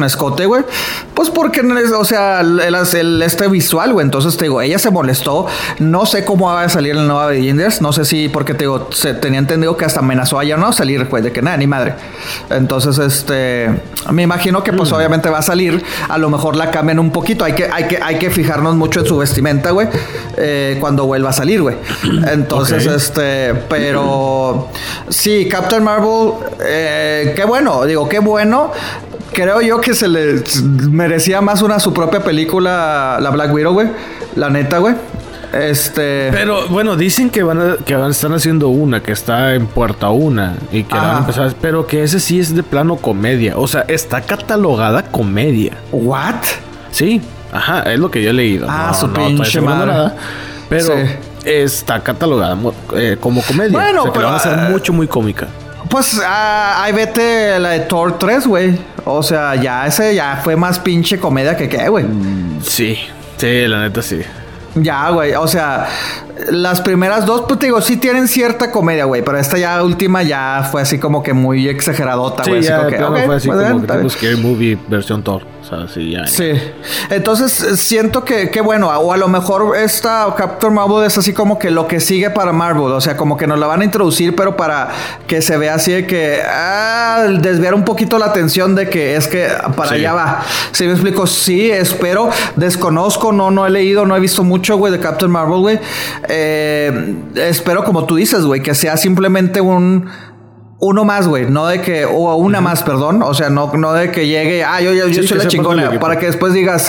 sé, güey. Pues porque, o sea, este visual, güey. Entonces, te digo, ella se molestó. No sé cómo va a salir el nuevo Avengers. No sé si, porque te digo, se tenía entendido que hasta amenazó a ella no salir, güey, de que nada, ni madre. Entonces, me imagino que, pues, obviamente va a salir. A lo mejor la cambian un poquito. Hay que fijarnos mucho en su vestimenta, güey. Cuando vuelva a salir, güey. Entonces, pero sí, Captain Marvel, qué bueno, digo, qué bueno. Creo yo que se le merecía más su propia película, la Black Widow, güey. La neta, güey. Pero bueno, dicen que están haciendo una, que está en puerta una y que la van a empezar, pero que ese sí es de plano comedia. O sea, está catalogada comedia. ¿What? Sí, ajá, es lo que yo he leído. Su pinche madre. Nada, pero está catalogada como comedia. Bueno, o sea, que pero la van a hacer mucho, muy cómica. Pues ahí vete la de Thor 3, güey. O sea, ya fue más pinche comedia que qué, güey. Sí, la neta sí. Ya, güey, o sea, las primeras dos, pues te digo, sí tienen cierta comedia, güey, pero esta ya última ya fue así como que muy exageradota, güey. Sí, así ya, fue así como que tipo Scary Movie versión Thor. O sea, sí, ya. Sí. Entonces, siento que bueno, o a lo mejor esta Captain Marvel es así como que lo que sigue para Marvel. O sea, como que nos la van a introducir, pero para que se vea así de que desviar un poquito la atención de que es que para allá va. ¿Sí me explico? Sí, espero. Desconozco, no he leído, no he visto mucho, güey, de Captain Marvel, güey. Espero, como tú dices, güey, que sea simplemente uno más, güey, no de que, o una más, perdón, o sea, no de que llegue, yo soy la chingona, para que después digas,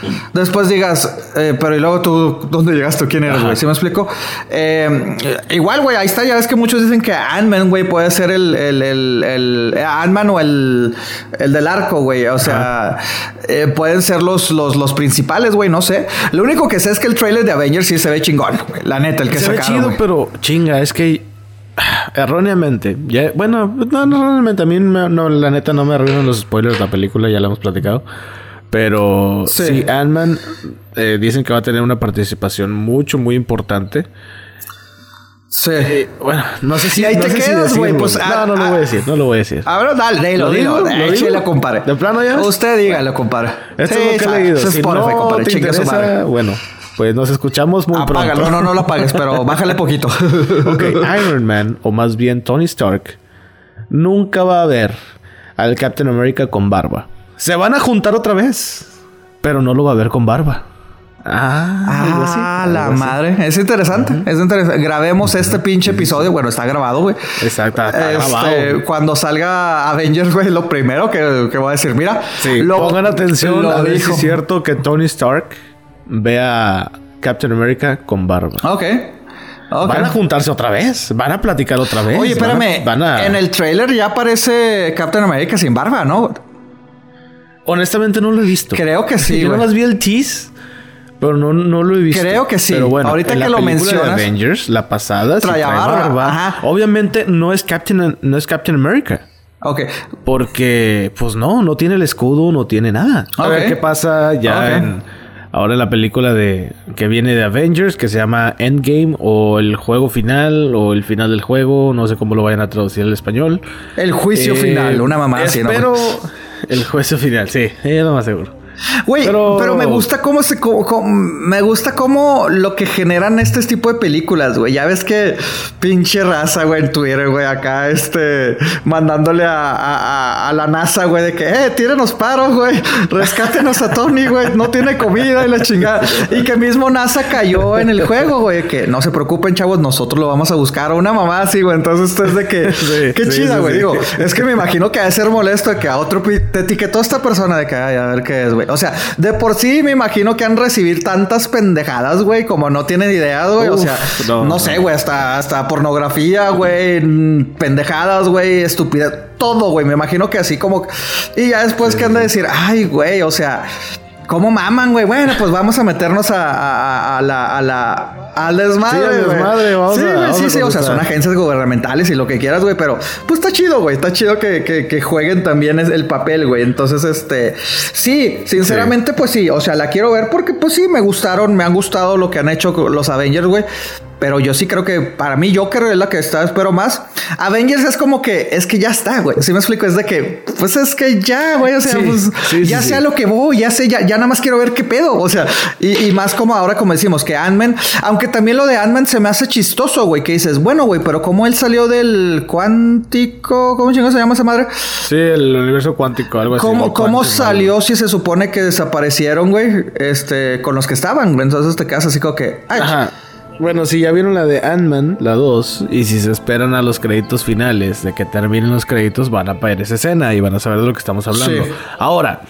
pero y luego tú, ¿dónde llegaste? ¿Quién eres, güey? ¿Sí me explico? Igual, güey, ahí está, ya ves que muchos dicen que Ant-Man, güey, puede ser el Ant-Man o el del arco, güey, o sea, pueden ser los principales, güey, no sé. Lo único que sé es que el trailer de Avengers sí se ve chingón, güey, la neta, el que sacaron, se ve chido, güey. pero chinga, es que erróneamente, no erróneamente, a mí la neta no me arruinan los spoilers de la película, ya la hemos platicado, pero sí Ant-Man dicen que va a tener una participación muy importante. Sí. Bueno, no sé si. Y ahí te quedas, güey. Pues, no lo voy a decir. A ver, dale, lo digo. Échale, compadre. ¿De plano ya? Usted dígalo, compadre. Esto es lo que he leído. Si Spotify, no compadre. te interesa, bueno, pues nos escuchamos muy Apágalo. pronto. No lo apagues, pero bájale poquito. Ok, Iron Man, o más bien Tony Stark, nunca va a ver al Captain America con barba. Se van a juntar otra vez, pero no lo va a ver con barba. Algo así. La madre. Es interesante. Grabemos este pinche episodio. Bueno, está grabado, güey. Exacto, está grabado. Cuando salga Avengers, güey, lo primero que voy a decir, mira. Sí, pongan atención a ver si es cierto que Tony Stark ve a Captain America con barba. Ok. Van a juntarse otra vez. Van a platicar otra vez. Oye, espérame. En el trailer ya aparece Captain America sin barba, ¿no? Honestamente no lo he visto. Creo que sí, yo nomás vi el tease, pero no lo he visto. Creo que sí. Pero bueno, ahorita que lo mencionas, de Avengers, la pasada, trae barba. Ajá. Obviamente no es Captain America. Ok. Porque, pues no tiene el escudo, no tiene nada. A ver qué pasa ya ahora en la película que viene de Avengers, que se llama Endgame, o el juego final, o el final del juego, no sé cómo lo vayan a traducir al español. El juicio final, una mamá así, ¿no? Pero el juicio final, sí, lo más seguro. Güey, pero me gusta me gusta cómo lo que generan este tipo de películas, güey. Ya ves que pinche raza, güey, en Twitter, güey, acá mandándole a la NASA, güey, de que, tírenos paro, güey, rescátenos a Tony, güey, no tiene comida y la chingada. Y que mismo NASA cayó en el juego, güey, que no se preocupen, chavos, nosotros lo vamos a buscar, una mamá así, güey. Entonces esto es de que, qué chida, güey. Digo, es que me imagino que ha de ser molesto de que a otro te etiquetó esta persona de que, a ver qué es, güey. O sea, de por sí me imagino que han recibido tantas pendejadas, güey, como no tienen idea, güey. O sea, no sé, güey, hasta pornografía, güey, pendejadas, güey, estupidez, todo, güey. Me imagino que así como... Y ya después que han de decir, ay, güey, o sea... ¿Cómo maman, güey? Bueno, pues vamos a meternos al desmadre, güey. Sí, desmadre, sí, o sea, son agencias gubernamentales y lo que quieras, güey, pero pues está chido, güey. Está chido que jueguen también el papel, güey. Entonces, sí, sinceramente, pues sí, o sea, la quiero ver porque, pues sí, me han gustado lo que han hecho los Avengers, güey. Pero yo sí creo que para mí Joker es la que espero más. Avengers es como que, es que ya está, güey. ¿Sí me explico? Es de que, pues es que ya, güey. O sea, ya sé a lo que voy, ya sé, ya nada más quiero ver qué pedo. O sea, y más como ahora, como decimos, que Ant-Man, aunque también lo de Ant-Man se me hace chistoso, güey, que dices, bueno, güey, pero como él salió del cuántico, ¿cómo chingados se llama esa madre? Sí, el universo cuántico, algo así. ¿Cómo salió si se supone que desaparecieron, güey? Con los que estaban, entonces te quedas así como que, ay, ajá. Bueno, si ya vieron la de Ant-Man, la 2, y si se esperan a los créditos finales de que terminen los créditos, van a ver esa escena y van a saber de lo que estamos hablando. Sí. Ahora,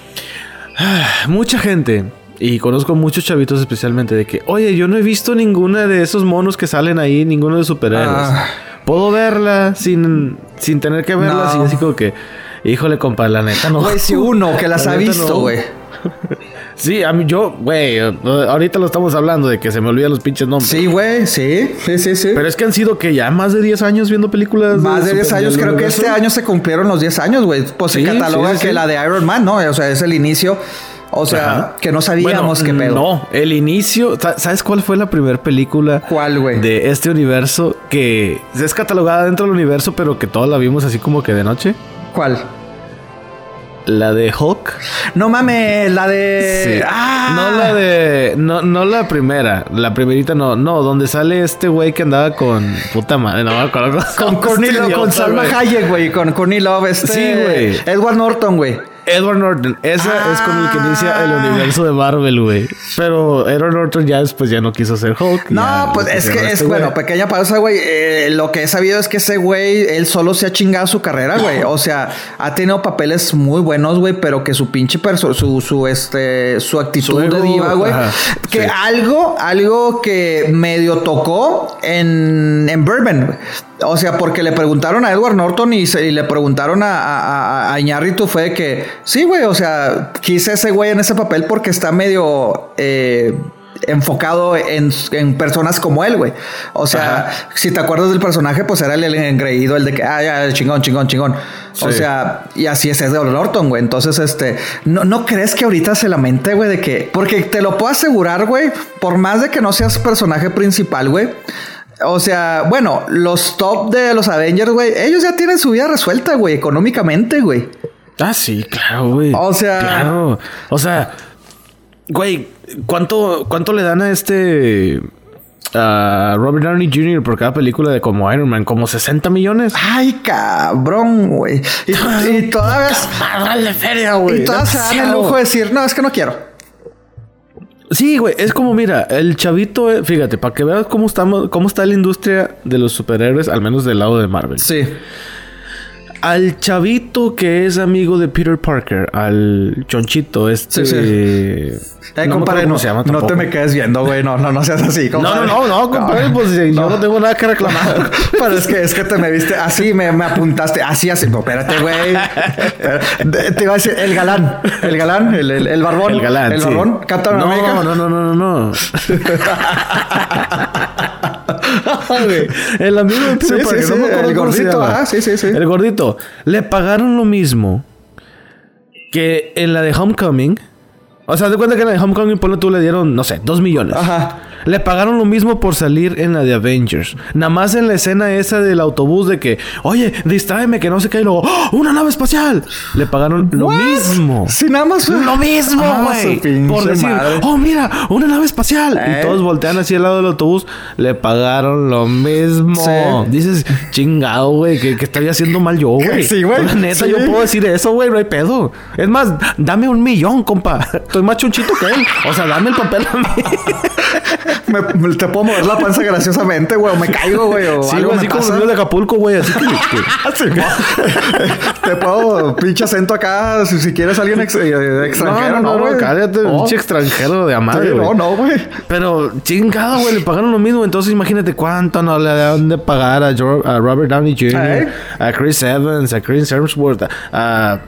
mucha gente, y conozco muchos chavitos especialmente, de que, oye, yo no he visto ninguna de esos monos que salen ahí, ninguno de superhéroes. ¿Puedo verla sin tener que verla? No. Así como que, híjole, compa, la neta no. Güey, si uno que las ha visto, güey. Sí, a mí güey, ahorita lo estamos hablando de que se me olvidan los pinches nombres. Sí, güey, sí. Pero es que han sido que ya más de 10 años viendo películas. Más de 10 años, creo que este año se cumplieron los 10 años, güey. Pues se cataloga que la de Iron Man, ¿no? O sea, es el inicio. O sea, que no sabíamos qué pedo. No, el inicio. ¿Sabes cuál fue la primera película? ¿Cuál, güey? De este universo que es catalogada dentro del universo, pero que todos la vimos así como que de noche. ¿Cuál? La de Hulk. No mames, la de... Sí. No la de... No la primera. La primerita no. No, donde sale este güey que andaba con... Puta madre, no me acuerdo. Con Courtney Love, con Salma Hayek, güey. Con Courtney Love, Sí, güey. Edward Norton, güey. Edward Norton. Esa es con el que inicia el universo de Marvel, güey. Pero Edward Norton ya después ya no quiso ser Hulk. No, pues es que es... Bueno, pequeña pausa, güey. Lo que he sabido es que ese güey, él solo se ha chingado su carrera, güey. O sea, ha tenido papeles muy buenos, güey. Pero que su pinche su actitud de diva, güey. Que sí. Algo que medio tocó en Birdman, güey. O sea, porque le preguntaron a Edward Norton y le preguntaron a Iñárritu fue que... Sí, güey, o sea, quise ese güey en ese papel porque está medio... enfocado en personas como él, güey. O sea, si te acuerdas del personaje, pues era el engreído, el de que, ya, chingón. Sí. O sea, y así es Edward Norton, güey. Entonces, ¿no crees que ahorita se lamente, güey, de que... Porque te lo puedo asegurar, güey, por más de que no seas personaje principal, güey. O sea, bueno, los top de los Avengers, güey, ellos ya tienen su vida resuelta, güey, económicamente, güey. Sí, claro, güey. O sea... Claro. O sea, güey, ¿cuánto le dan a Robert Downey Jr. por cada película de como Iron Man? ¿Como 60 millones? Ay, cabrón, güey. Y todavía... ¡Madre feria, güey! Y todavía se dan el lujo de decir, no, es que no quiero. Sí, güey, es como, mira, el chavito, fíjate, para que veas cómo está la industria de los superhéroes, al menos del lado de Marvel. Sí. Al chavito que es amigo de Peter Parker, al chonchito, Sí. Compadre, no te me quedes viendo, güey. No seas así, compadre. No, compadre, pues yo no tengo nada que reclamar. Pero es que te me viste así, me apuntaste así. No, espérate, güey. Te iba a decir el galán, el barbón. El galán, el barbón. Captain America. No. El amigo de Peter Parker, no me acuerdo el gordito. Sí. El gordito. Le pagaron lo mismo que en la de Homecoming. O sea, de cuenta que en la de Homecoming, ponle tú, le dieron, no sé, 2 millones. Ajá. Le pagaron lo mismo por salir en la de Avengers. Nada más en la escena esa del autobús de que, oye, distráeme, que no sé qué. Y luego, ¡oh, una nave espacial! Le pagaron lo mismo. Sí, nada más fue lo mismo, güey. Por decir, madre. Oh, mira, una nave espacial. Y todos voltean así al lado del autobús. Le pagaron lo mismo. Sí. Dices, chingado, güey, que estoy haciendo mal yo, güey. Sí, güey. La neta, yo puedo decir eso, güey, no hay pedo. Es más, dame 1 millón, compa. Estoy más chonchito que él. O sea, dame el papel a mí. Te puedo mover la panza graciosamente, güey. O me caigo, güey. O sí, algo güey, así como los de Acapulco, güey. Así que... sí, te puedo pinche acento acá si quieres alguien extranjero. No, güey. Cállate, pinche extranjero de amar, güey. No, güey. Pero chingado, güey. Le pagaron lo mismo. Entonces imagínate cuánto no le dan de pagar a Robert Downey Jr., a Chris Evans, a Chris Hemsworth, a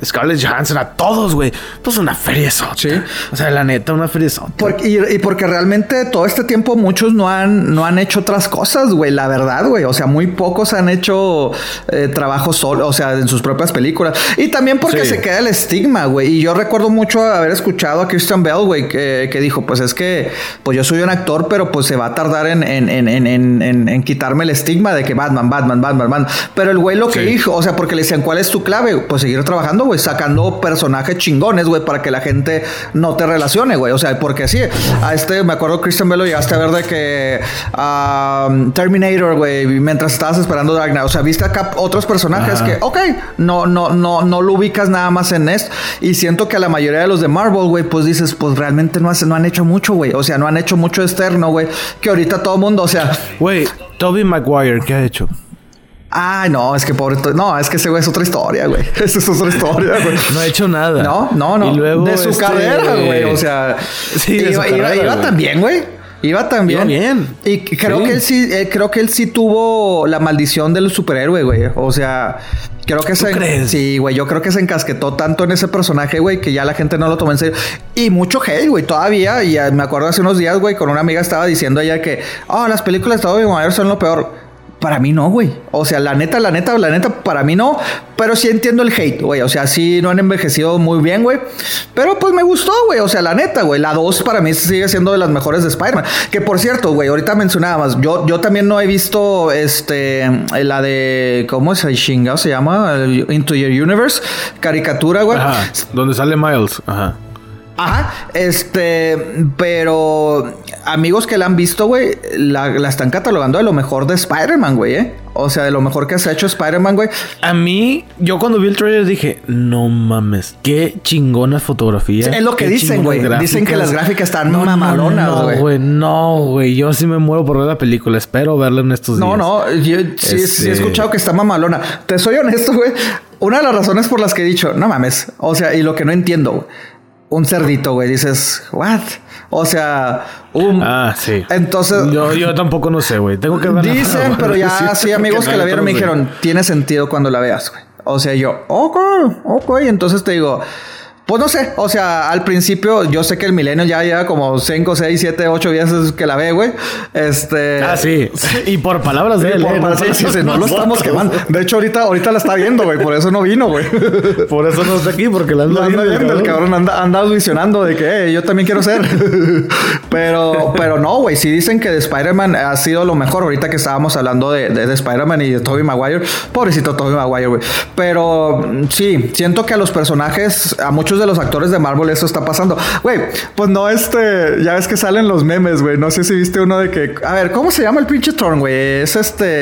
Scarlett Johansson, a todos, güey. Pues una feriezota. Sí. O sea, la neta, una feriezota. Y porque realmente todo este tiempo muchos no han hecho otras cosas, güey. La verdad, güey. O sea, muy pocos han hecho trabajo solo, o sea, en sus propias películas. Y también porque se queda el estigma, güey. Y yo recuerdo mucho haber escuchado a Christian Bale, güey, que dijo, pues es que pues yo soy un actor, pero pues se va a tardar en quitarme el estigma de que Batman. Pero el güey lo que dijo, o sea, porque le decían, ¿cuál es tu clave? Pues seguir trabajando, güey, sacando personajes chingones, güey, para que la gente no te relacione, güey. O sea, porque sí, me acuerdo Christian Bale lo llegaste a ver de que Terminator, güey, mientras estabas esperando Dark Knight. O sea, viste acá otros personajes que, no lo ubicas nada más en esto. Y siento que a la mayoría de los de Marvel, güey, pues dices, pues realmente no han hecho mucho, güey. O sea, no han hecho mucho externo, güey. Que ahorita todo el mundo, o sea... Güey, Tobey Maguire, ¿qué ha hecho? Ay, no, es que pobre... No, es que ese güey es otra historia, güey. Esa es otra historia, güey. No ha hecho nada. No. Y luego de su carrera, güey. O sea... Sí, iba también, güey. Iba también. Bien. Y creo que él sí tuvo la maldición del superhéroe, güey. O sea... Creo que sí, güey. Yo creo que se encasquetó tanto en ese personaje, güey, que ya la gente no lo tomó en serio. Y mucho hate, güey, todavía. Y me acuerdo hace unos días, güey, con una amiga estaba diciendo ella que... las películas de Tobey Maguire son lo peor. Para mí no, güey. O sea, la neta, para mí no. Pero sí entiendo el hate, güey. O sea, sí no han envejecido muy bien, güey. Pero pues me gustó, güey. O sea, la neta, güey. La 2 para mí sigue siendo de las mejores de Spider-Man. Que por cierto, güey, ahorita mencionábamos. Yo también no he visto la de... ¿Cómo se chingado se llama? Into Your Universe. Caricatura, güey. Ajá. Donde sale Miles. Ajá. Pero amigos que la han visto, güey, la están catalogando de lo mejor de Spider-Man, güey, O sea, de lo mejor que se ha hecho Spider-Man, güey. A mí, yo cuando vi el trailer dije, no mames, qué chingona fotografía. Es lo que dicen, güey. Dicen que las gráficas están mamalonas, güey. No, güey. Yo sí me muero por ver la película. Espero verla en estos días. Yo sí he escuchado que está mamalona. Te soy honesto, güey. Una de las razones por las que he dicho, no mames. O sea, y lo que no entiendo, güey. Un cerdito, güey. Dices, what? O sea, sí. Entonces... Yo tampoco no sé, güey. Tengo que verla. Dicen, pero ya sí amigos que la vieron me dijeron, tiene sentido cuando la veas, güey. O sea, yo, ok. Entonces te digo... Pues no sé, o sea, al principio yo sé que el Millennial ya lleva como 5, 6, 7, 8 veces que la ve, güey. Sí. Y por palabras de él. No lo estamos quemando. De hecho, ahorita la está viendo, güey. Por eso no vino, güey. Por eso no está aquí, porque la anda viendo. El cabrón anda audicionando de que yo también quiero ser. pero no, güey. Si dicen que de Spider-Man ha sido lo mejor. Ahorita que estábamos hablando de Spider-Man y de Tobey Maguire. Pobrecito Tobey Maguire, güey. Pero sí, siento que a los personajes, a muchos de los actores de Marvel eso está pasando. Güey, pues no ya ves que salen los memes, güey. No sé si viste uno de que... A ver, ¿cómo se llama el pinche Thor, güey? Es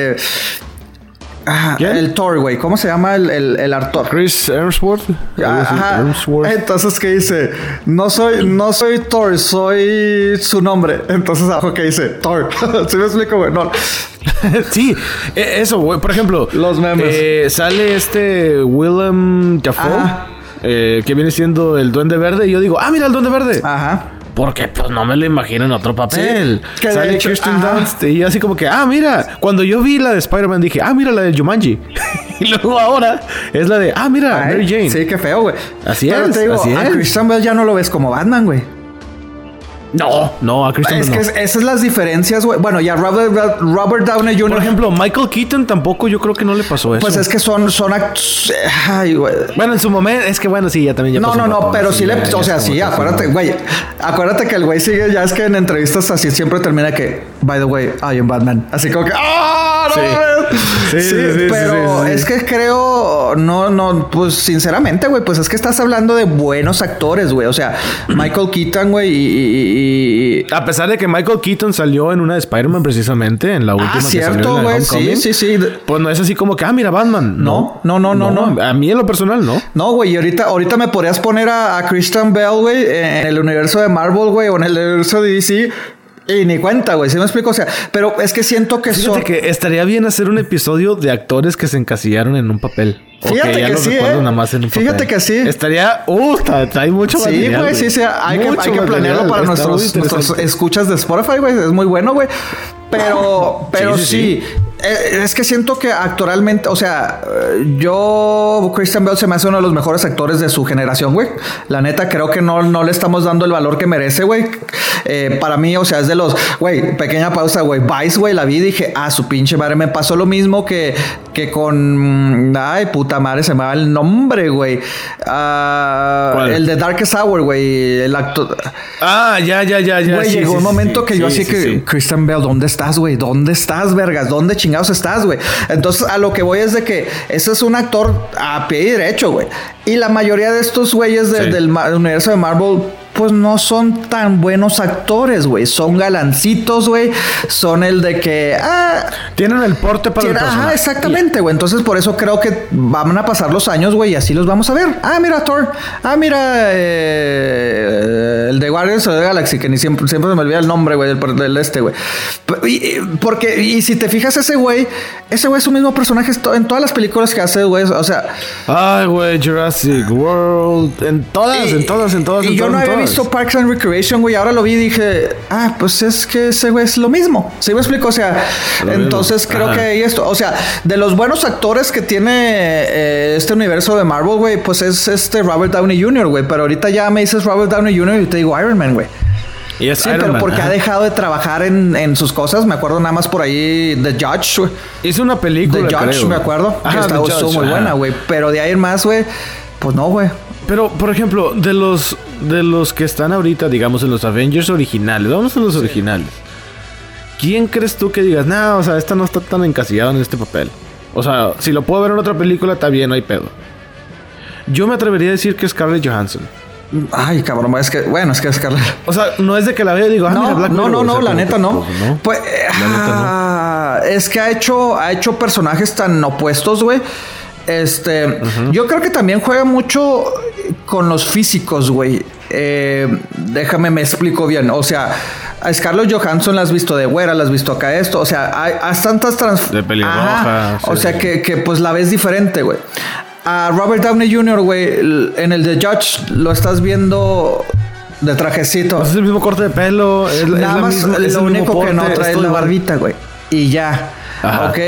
el Thor, güey. ¿Cómo se llama el actor? Chris Hemsworth. Entonces, ¿qué dice? No soy Thor, soy su nombre. Entonces, abajo, ¿qué dice? Thor. ¿Sí me explico, güey? No. Sí, eso, güey. Por ejemplo, los memes. Sale Willem Dafoe. Que viene siendo el Duende Verde. Y yo digo, mira el Duende Verde. Ajá. Porque pues no me lo imagino en otro papel. Sí, que sale Kirsten Dunst. Y así como que, mira. Cuando yo vi la de Spider-Man dije, mira la de Jumanji. Y luego ahora es la de, mira, Mary Jane. Sí, qué feo, güey. Así es. A Christian Bale ya no lo ves como Batman, güey. No, a Christian Bale no. Esas son las diferencias, güey. Bueno, ya Robert Downey Jr. Por ejemplo, Michael Keaton tampoco yo creo que no le pasó eso. Pues es que son ay, güey. Bueno, en su momento, es que bueno, sí, ya también ya pasó. No, pero sí le... O sea, sí, acuérdate, güey. Acuérdate que el güey sigue... Ya es que en entrevistas así siempre termina que... By the way, I am Batman. Así como que... Sí, pero es que creo... No, pues sinceramente, güey. Pues es que estás hablando de buenos actores, güey. O sea, Michael Keaton, güey, y... A pesar de que Michael Keaton salió en una de Spider-Man precisamente, en la última que cierto, salió en güey. Sí. Pues no es así como que, mira, Batman. No. A mí en lo personal, no. No, güey. Y ahorita me podrías poner a Christian Bale, güey, en el universo de Marvel, güey, o en el universo de DC... Y ni cuenta, güey. ¿Sí me explico? O sea, pero es que siento que Fíjate que estaría bien hacer un episodio de actores que se encasillaron en un papel. Fíjate que sí, nada más en un Fíjate papel. que sí. Estaría... trae mucho material. Sí, güey. Sí. Hay que planearlo para nuestros escuchas de Spotify, güey. Es muy bueno, güey. Pero sí. Es que siento que actualmente, o sea, Christian Bale se me hace uno de los mejores actores de su generación, güey. La neta, creo que no le estamos dando el valor que merece, güey. Para mí, o sea, es de los, güey, pequeña pausa, güey. Vice, güey, la vi y dije, su pinche madre, me pasó lo mismo que con, ay, puta madre, se me va el nombre, güey. El de Darkest Hour, güey, el actor. Ya. Güey, llegó un momento que yo así que, Christian Bale, ¿dónde estás, güey? ¿Dónde estás, vergas? ¿Dónde chingados estás, güey? Entonces, a lo que voy es de que ese es un actor a pie y derecho, güey. Y la mayoría de estos güeyes del universo de Marvel, pues no son tan buenos actores, güey. Son galancitos, güey. Son el de que... tienen el porte para el personaje. Ajá, exactamente, güey. Entonces, por eso creo que van a pasar los años, güey, y así los vamos a ver. Mira Thor. Mira el de Guardians of the Galaxy, que ni siempre se me olvida el nombre, güey, del güey. Y si te fijas, ese güey es su mismo personaje en todas las películas que hace, güey. O sea... Ay, güey, Jurassic World. En todas. Y yo no había visto Parks and Recreation, güey. Ahora lo vi y dije, pues es que ese güey es lo mismo. ¿Sí me explico? O sea, entonces creo que hay esto. O sea, de los buenos actores que tiene este universo de Marvel, güey, pues es Robert Downey Jr., güey. Pero ahorita ya me dices Robert Downey Jr. y te digo Iron Man, güey. Sí, pero porque ha dejado de trabajar en sus cosas. Me acuerdo nada más por ahí The Judge, güey. Hizo una película, The Judge, me acuerdo. Que estuvo muy buena, güey. Pero de ahí en más, güey, pues no, güey. Pero, por ejemplo, de los que están ahorita, digamos, en los Avengers originales, vamos a los originales. ¿Quién crees tú que digas, no, o sea, esta no está tan encasillada en este papel? O sea, si lo puedo ver en otra película, está bien, no hay pedo. Yo me atrevería a decir que Scarlett Johansson. Ay, cabrón, es que Scarlett. O sea, no es de que la vea y digo, mira, Black Widow. No, o sea, la neta no. Pues, la neta no. Es que ha hecho personajes tan opuestos, güey. Yo creo que también juega mucho con los físicos, güey. Déjame me explico bien. O sea, a Scarlett Johansson la has visto de güera, la has visto acá esto. O sea, hay tantas de pelirroja. O sea, que pues la ves diferente, güey. A Robert Downey Jr., güey, en el The Judge lo estás viendo de trajecito. Pues es el mismo corte de pelo. Nada más lo único que no trae la barbita, güey. Y ya. Ajá. Ok,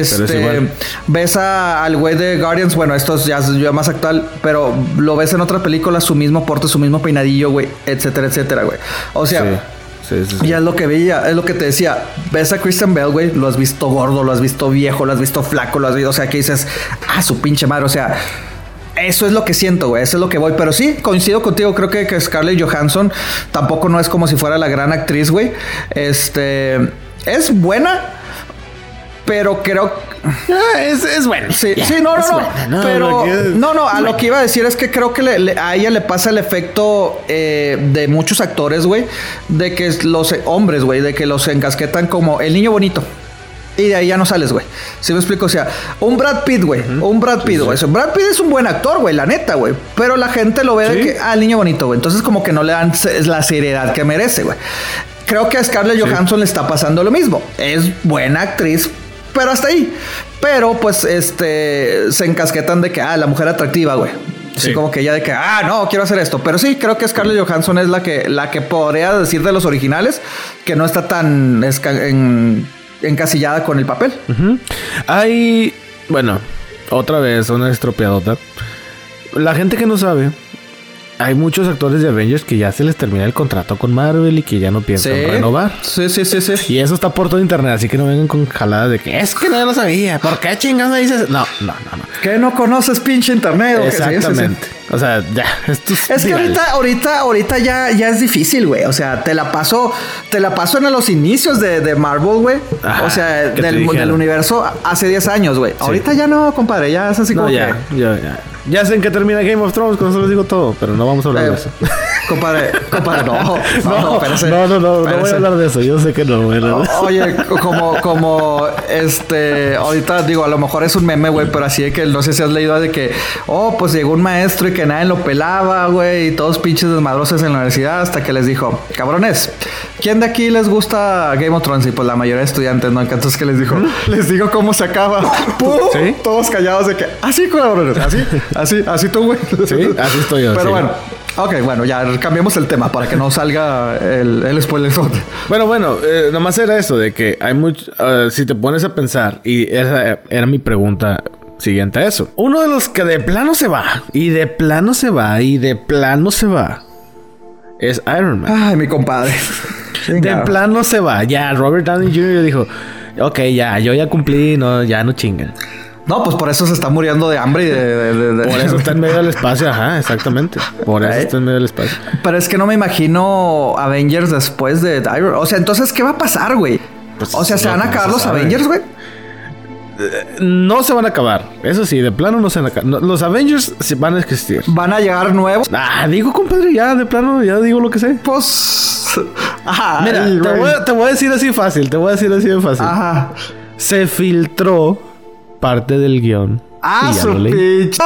ves al güey de Guardians, bueno, esto es ya más actual, pero lo ves en otra película, su mismo porte, su mismo peinadillo, güey, etcétera, güey. O sea, sí. Ya es lo que veía, es lo que te decía. Ves a Christian Bale, güey, lo has visto gordo, lo has visto viejo, lo has visto flaco, lo has visto, o sea, que dices, su pinche madre, o sea... Eso es lo que siento, güey. Eso es lo que voy. Pero sí, coincido contigo. Creo que Scarlett Johansson tampoco no es como si fuera la gran actriz, güey. Es buena, pero creo... es bueno. Sí, no. Buena, pero a lo que iba a decir es que creo que a ella le pasa el efecto de muchos actores, güey, de que los hombres, güey, de que los encasquetan como el niño bonito. Y de ahí ya no sales, güey. ¿Sí me explico? O sea, un Brad Pitt, güey. Un Brad Pitt, güey. Sí. Brad Pitt es un buen actor, güey, la neta, güey. Pero la gente lo ve de que, el niño bonito, güey. Entonces como que no le dan la seriedad que merece, güey. Creo que a Scarlett Johansson le está pasando lo mismo. Es buena actriz, pero hasta ahí. Pero pues se encasquetan de que la mujer atractiva, güey. Así como que ya de que no, quiero hacer esto. Pero sí, creo que Scarlett Johansson es la que podría decir de los originales que no está tan encasillada con el papel. Hay, bueno, otra vez una estropeadota. La gente que no sabe, hay muchos actores de Avengers que ya se les termina el contrato con Marvel y que ya no piensan renovar. Sí. Y eso está por todo internet, así que no vengan con jaladas de que es que no lo sabía. ¿Por qué chingados me dices? No. Que no conoces pinche internet. Exactamente. Sí. O sea, ya. Es que ahorita ya es difícil, güey. O sea, te la paso en los inicios de Marvel, güey. O sea, del universo hace 10 años, güey. Sí. Ahorita ya no, compadre. Ya es así como ya. Ya sé en qué termina Game of Thrones, con eso les digo todo, pero no vamos a hablar de eso. Compadre, no voy a hablar de eso, yo sé que no. Oye, como ahorita digo, a lo mejor es un meme, güey, pero así de que no sé si has leído de que, pues llegó un maestro y que nadie lo pelaba, güey, y todos pinches desmadrosos en la universidad, hasta que les dijo, cabrones, ¿quién de aquí les gusta Game of Thrones? Y pues la mayoría de estudiantes, ¿no? Entonces, ¿qué les dijo? Les digo cómo se acaba. ¿Sí? Todos callados de que, así, cabrones, así tú, güey. Sí, así estoy yo. Pero bueno, Ok, bueno, ya cambiamos el tema para que no salga el spoiler. Bueno, nomás era eso de que hay mucho... si te pones a pensar, y esa era mi pregunta siguiente a eso. Uno de los que de plano se va, y de plano se va, y de plano se va, es Iron Man. Ay, mi compadre. De plano se va. Ya, Robert Downey Jr. dijo, ok, yo ya cumplí, ya no chingan. No, pues por eso se está muriendo de hambre y Por eso está en medio del espacio, ajá, exactamente. Por eso está en medio del espacio. Pero es que no me imagino Avengers después de Iron. O sea, entonces, ¿qué va a pasar, güey? Pues o sea, ¿se van a acabar los Avengers, güey? No se van a acabar. Eso sí, de plano no se van a acabar. Los Avengers van a existir. ¿Van a llegar nuevos? Digo, compadre, ya de plano, ya digo lo que sé. Pues... Mira, te voy a decir así fácil. Ajá. Se filtró parte del guión. Su pinche.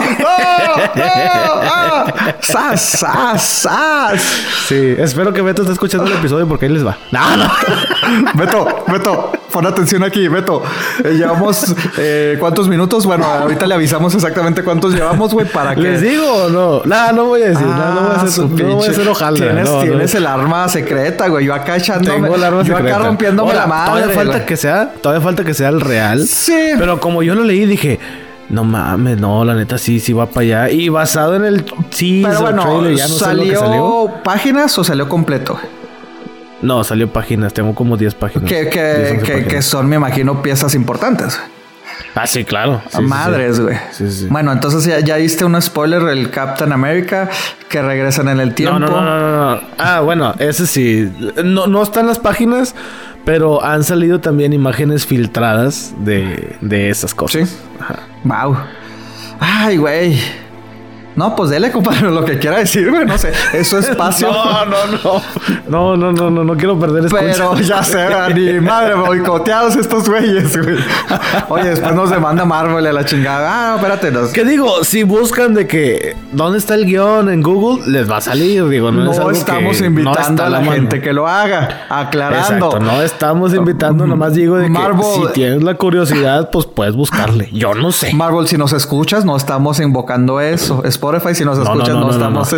¡Sas! Sí, espero que Beto esté escuchando el episodio porque ahí les va. No. Beto, pon atención aquí, Beto. Llevamos ¿cuántos minutos? Bueno, ahorita le avisamos exactamente cuántos llevamos, güey, para que... ¿Les digo o no? No voy a decir. No voy a hacer hojaldra. Tienes el arma secreta, güey. Yo acá echándome... Tengo el arma secreta. Yo acá rompiéndome la madre. Todavía falta que sea el real. Sí. Pero como yo lo leí, dije... No mames, no, la neta sí va para allá. Y basado en el pero bueno, trailer, ya no ¿salió sé lo que salió páginas o salió completo? No, salió páginas. Tengo como 10 páginas. Que son, me imagino, piezas importantes. Sí, claro. Sí, madres, güey. Sí. Bueno, entonces ya diste un spoiler, el Captain America, que regresan en el tiempo. No. Bueno, ese sí. No están las páginas, pero han salido también imágenes filtradas de esas cosas. Sí. Ajá. Wow. Ay, güey. No, pues dele, compadre, lo que quiera decir, güey. No sé, eso es espacio. No quiero perder escucha. Pero ya sé, ni madre, boicoteados estos güeyes, güey. Oye, después nos demanda Marvel a la chingada. Espérate. ¿Qué digo? Si buscan de que ¿dónde está el guión en Google? Les va a salir, digo. No estamos invitando a la gente que lo haga. Aclarando. Exacto, no estamos invitando, nomás digo de Marvel, que si tienes la curiosidad, pues puedes buscarle. Yo no sé. Marvel, si nos escuchas, no estamos invocando eso. Spotify, si nos escuchas, no estamos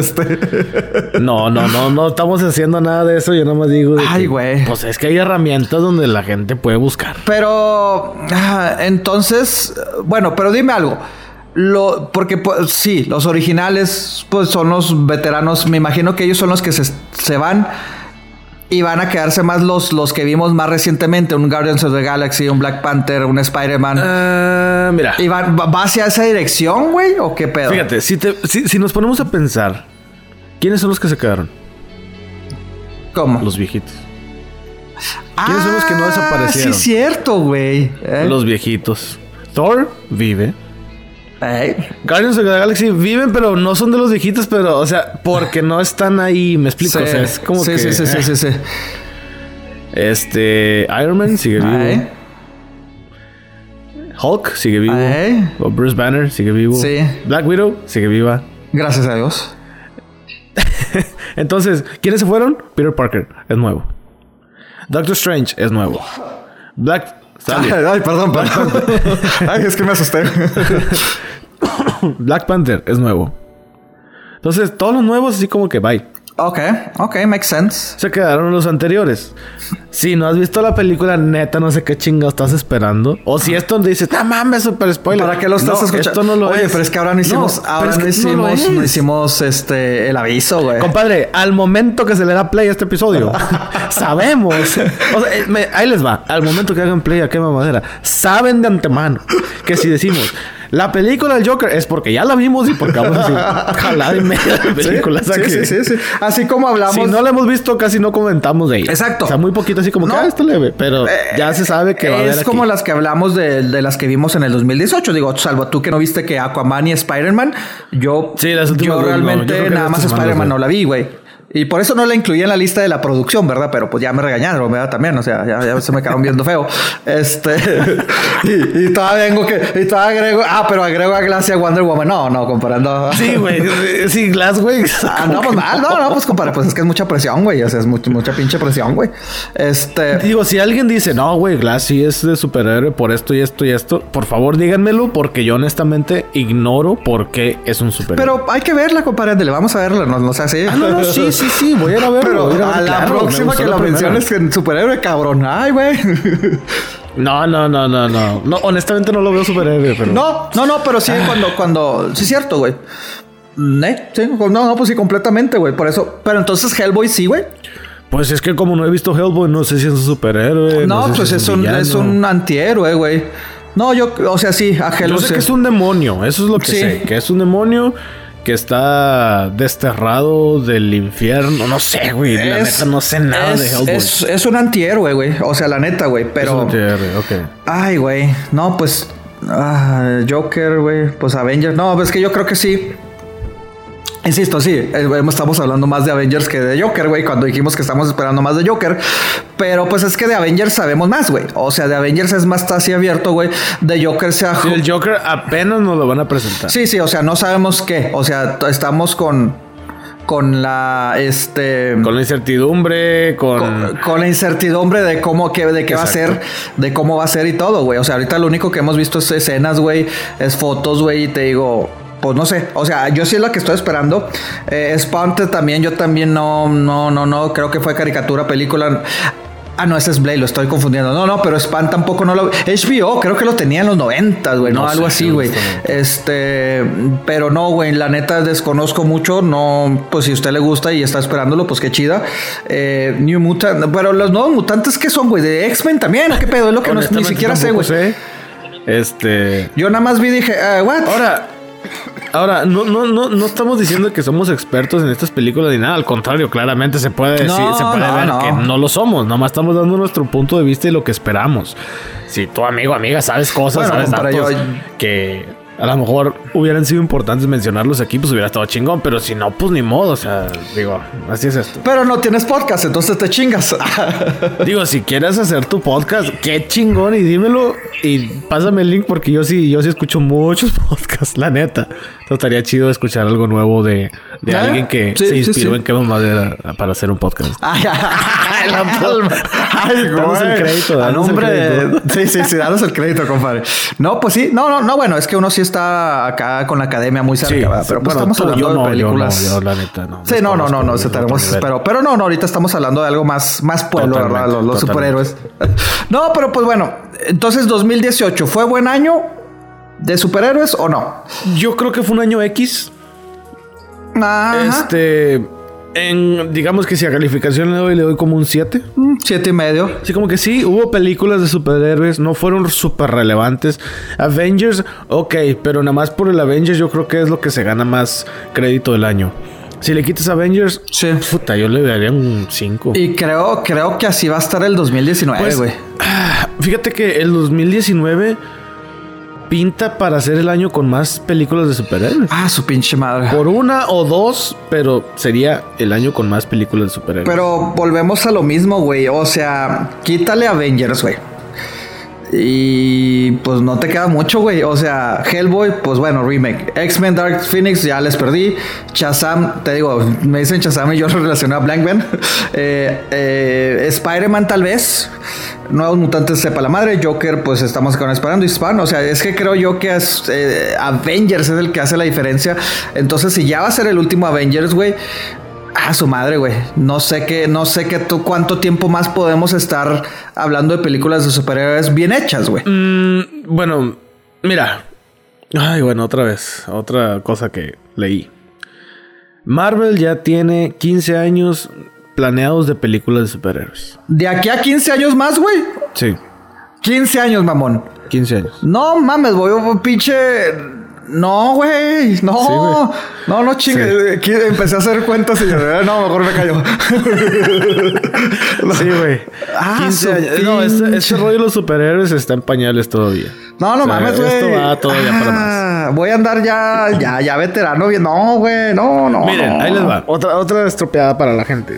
No estamos haciendo nada de eso. Yo nomás digo de ay, güey. Pues es que hay herramientas donde la gente puede buscar. Pero entonces, bueno, pero dime algo. Porque pues, sí, los originales pues son los veteranos. Me imagino que ellos son los que se van. Y van a quedarse más los que vimos más recientemente. Un Guardians of the Galaxy, un Black Panther, un Spider-Man. Mira. ¿Y va hacia esa dirección, güey? ¿O qué pedo? Fíjate, si nos ponemos a pensar, ¿quiénes son los que se quedaron? ¿Cómo? Los viejitos. ¿Quiénes son los que no desaparecieron? Sí, cierto, güey. Los viejitos. Thor vive. Guardians of the Galaxy viven, pero no son de los viejitos, pero, o sea, porque no están ahí, me explico. Sí. O sea, es como sí, que... Sí. Iron Man sigue vivo. Hulk sigue vivo. Bruce Banner sigue vivo. Sí. Black Widow sigue viva. Gracias a Dios. Entonces, ¿quiénes se fueron? Peter Parker es nuevo. Doctor Strange es nuevo. Ay, perdón. Ay, es que me asusté. Black Panther es nuevo. Entonces, todos los nuevos así como que bye. Ok, makes sense. Se quedaron los anteriores. Si no has visto la película, neta, no sé qué chingados estás esperando. O si esto dices, mames, super spoiler. ¿Para qué lo estás escuchando? Esto no lo Oye, pero es que ahora no hicimos, no hicimos el aviso, güey. Compadre, al momento que se le da play a este episodio, sabemos. O sea, ahí les va. Al momento que hagan play a qué mamadera, saben de antemano que si decimos la película del Joker es porque ya la vimos y porque vamos a decir jalada y media de películas. Sí. Así como hablamos. Si no la hemos visto, casi no comentamos de ella. Exacto. O sea, muy poquito así como que está leve, pero ya se sabe que va a haber. Es como las que hablamos de las que vimos en el 2018. Digo, salvo tú que no viste que Aquaman y Spider-Man. Yo realmente nada más Spider-Man no la vi, güey. Y por eso no la incluí en la lista de la producción, ¿verdad? Pero pues ya me regañaron, ¿verdad? También, o sea, ya se me quedaron viendo feo. Y todavía pero agrego a Glass y a Wonder Woman. No, comparando. Sí, güey. Sí, Glass, güey. No, pues mal. No, pues compadre, pues es que es mucha presión, güey. O sea, es mucha pinche presión, güey. Digo, si alguien dice, no, güey, Glass sí es de superhéroe por esto y esto y esto, por favor díganmelo, porque yo honestamente ignoro por qué es un superhéroe. Pero hay que verla, compadre. Le vamos a verla, no sé así. No, sí, voy a ir a verlo. Pero a la próxima que la menciones en superhéroe, cabrón. Ay, güey. No, honestamente no lo veo superhéroe, pero... No, pero sí, cuando... Sí, es cierto, güey. Sí, no, pues sí, completamente, güey. Por eso... Pero entonces Hellboy sí, güey. Pues es que como no he visto Hellboy, no sé si es un superhéroe. No, pues si es un antihéroe, güey. No, o sea, sí, a Hellboy. Yo sé que es un demonio, eso es lo que sé. Que es un demonio que está desterrado del infierno. No sé, güey. La neta, no sé nada de Hellboy. Es un antihéroe, güey. O sea, la neta, güey. Pero... Es un antihéroe, ok. Ay, güey. No, pues... Joker, güey. Pues Avengers. No, pues es que yo creo que sí. Insisto, sí, estamos hablando más de Avengers que de Joker, güey, cuando dijimos que estamos esperando más de Joker. Pero pues es que de Avengers sabemos más, güey. O sea, de Avengers es más así abierto, güey. De Joker se ha... Sí, el Joker apenas nos lo van a presentar. Sí, o sea, no sabemos qué. O sea, estamos con la con la incertidumbre, con la incertidumbre de de qué va a ser, de cómo va a ser y todo, güey. O sea, ahorita lo único que hemos visto es escenas, güey, es fotos, güey, y te digo, pues no sé, o sea, yo sí es la que estoy esperando. Spawn también, yo también no, creo que fue caricatura, película. No, ese es Blade, lo estoy confundiendo. No, pero Spawn tampoco no lo... HBO, creo que lo tenía en los 90, güey, no algo así, güey. Pero no, güey, la neta desconozco mucho. No, pues si a usted le gusta y está esperándolo, pues qué chida. New Mutant, pero los nuevos mutantes, ¿qué son, güey? ¿De X-Men también? ¿Qué pedo? Es lo que ni siquiera sé, güey. Yo nada más vi y dije, ¿what? Ahora, no estamos diciendo que somos expertos en estas películas ni nada. Al contrario, claramente se puede decir, ver que no lo somos. Nomás estamos dando nuestro punto de vista y lo que esperamos. Si tu amigo, amiga, sabes cosas, sabes datos que a lo mejor hubieran sido importantes mencionarlos aquí, pues hubiera estado chingón. Pero si no, pues ni modo. O sea, digo, así es esto. Pero no tienes podcast, entonces te chingas. Digo, si quieres hacer tu podcast, qué chingón, y dímelo y pásame el link, porque yo sí escucho muchos podcasts, la neta. Entonces estaría chido escuchar algo nuevo de alguien que se inspiró en Kevin Madera para hacer un podcast. La palma. Danos el crédito, danos el crédito. Sí, danos el crédito, compadre. No, pues sí, no, bueno, es que uno sí está acá con la academia muy cerca, ¿verdad? Pero pues estamos hablando de películas. Yo la neta no. Sí, no, pero no, ahorita estamos hablando de algo más pueblo, ¿verdad? Los superhéroes. No, pero pues bueno, entonces 2018, ¿fue buen año de superhéroes o no? Yo creo que fue un año X. Ajá. Digamos que si a calificación le doy como un 7. 7.5. Sí, como que sí, hubo películas de superhéroes, no fueron súper relevantes. Avengers, ok, pero nada más por el Avengers yo creo que es lo que se gana más crédito del año. Si le quitas Avengers, puta, yo le daría un 5. Y creo que así va a estar el 2019, güey. Fíjate que el 2019 pinta para ser el año con más películas de superhéroes. Su pinche madre. Por una o dos, pero sería el año con más películas de superhéroes. Pero volvemos a lo mismo, güey. O sea, quítale Avengers, güey. Y pues no te queda mucho, güey. O sea, Hellboy, pues bueno, remake. X-Men Dark Phoenix, ya les perdí. Shazam, te digo, me dicen Shazam y yo lo relacioné a Blank Man. Spider-Man tal vez. Nuevos Mutantes, sepa la madre. Joker, pues estamos esperando. Y Spawn, o sea, es que creo yo que Avengers es el que hace la diferencia. Entonces, si ya va a ser el último Avengers, güey, su madre, güey. No sé cuánto tiempo más podemos estar hablando de películas de superhéroes bien hechas, güey. Bueno, mira. Otra cosa que leí. Marvel ya tiene 15 años planeados de películas de superhéroes. ¿De aquí a 15 años más, güey? Sí. 15 años, mamón. 15 años. No mames, voy pinche... No, güey. No. Sí, güey. No chingue. Sí. Empecé a hacer cuentas y yo, no, mejor me callo. Sí, güey. 15 años. No, este rollo de los superhéroes está en pañales todavía. No mames, güey. Esto va todavía para más. voy a andar ya veterano. No, güey, no. Miren, ahí les va. Otra estropeada para la gente.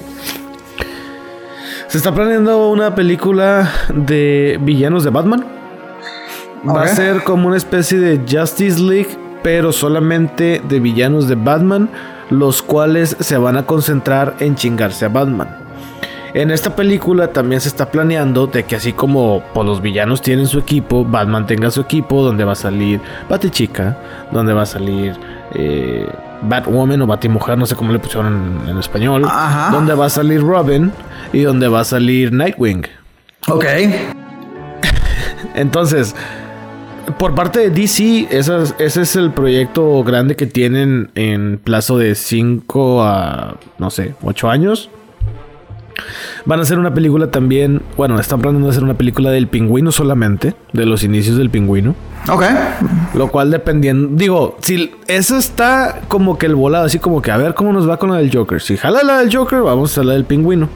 Se está planeando una película de villanos de Batman. Va a ser como una especie de Justice League, pero solamente de villanos de Batman, los cuales se van a concentrar en chingarse a Batman. En esta película también se está planeando de que así como pues, los villanos tienen su equipo, Batman tenga su equipo, donde va a salir Batichica, donde va a salir Batwoman o Batimujer, no sé cómo le pusieron en español. Ajá. Donde va a salir Robin y donde va a salir Nightwing. Ok. Entonces, por parte de DC, ese es el proyecto grande que tienen en plazo de 5 a, no sé, 8 años. Van a hacer una película también. Bueno, están planeando hacer una película del Pingüino solamente, de los inicios del Pingüino. Ok. Lo cual dependiendo, digo, si eso está como que el volado, así como que a ver cómo nos va con la del Joker. Si jala la del Joker, vamos a hacer la del Pingüino.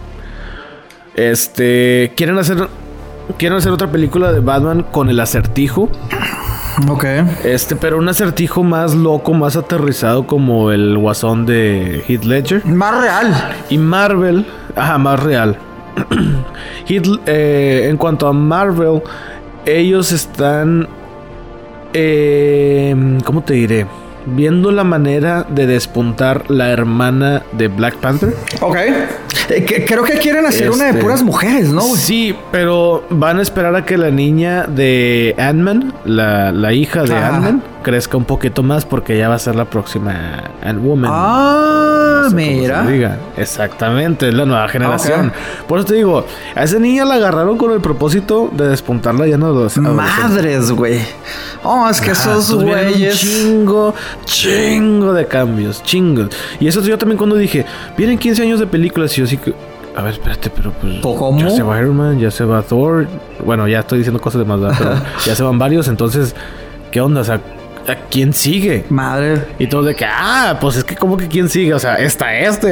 Quieren hacer otra película de Batman con el Acertijo. Ok. Pero un Acertijo más loco, más aterrizado como el Guasón de Heath Ledger. Más real. Y Marvel, más real. En cuanto a Marvel, ellos están, ¿cómo te diré? Viendo la manera de despuntar la hermana de Black Panther. Ok. Creo que quieren hacer una de puras mujeres, ¿no, güey? Sí, pero van a esperar a que la niña de Ant-Man, la hija de Ant-Man, crezca un poquito más porque ya va a ser la próxima Ant-Woman. No sé mira. Exactamente, es la nueva generación. Okay. Por eso te digo, a esa niña la agarraron con el propósito de despuntarla ya no los madres, güey. Oh, es que esos güeyes. Chingo de cambios, chingos. Y eso yo también cuando dije, vienen 15 años de películas y yo sí que... A ver, espérate, pero pues... ¿Cómo? Ya se va Iron Man, ya se va Thor. Bueno, ya estoy diciendo cosas de más, pero ya se van varios. Entonces, ¿qué onda? O sea, ¿a quién sigue? Madre. Y todo de que... pues es que como que ¿quién sigue? O sea, está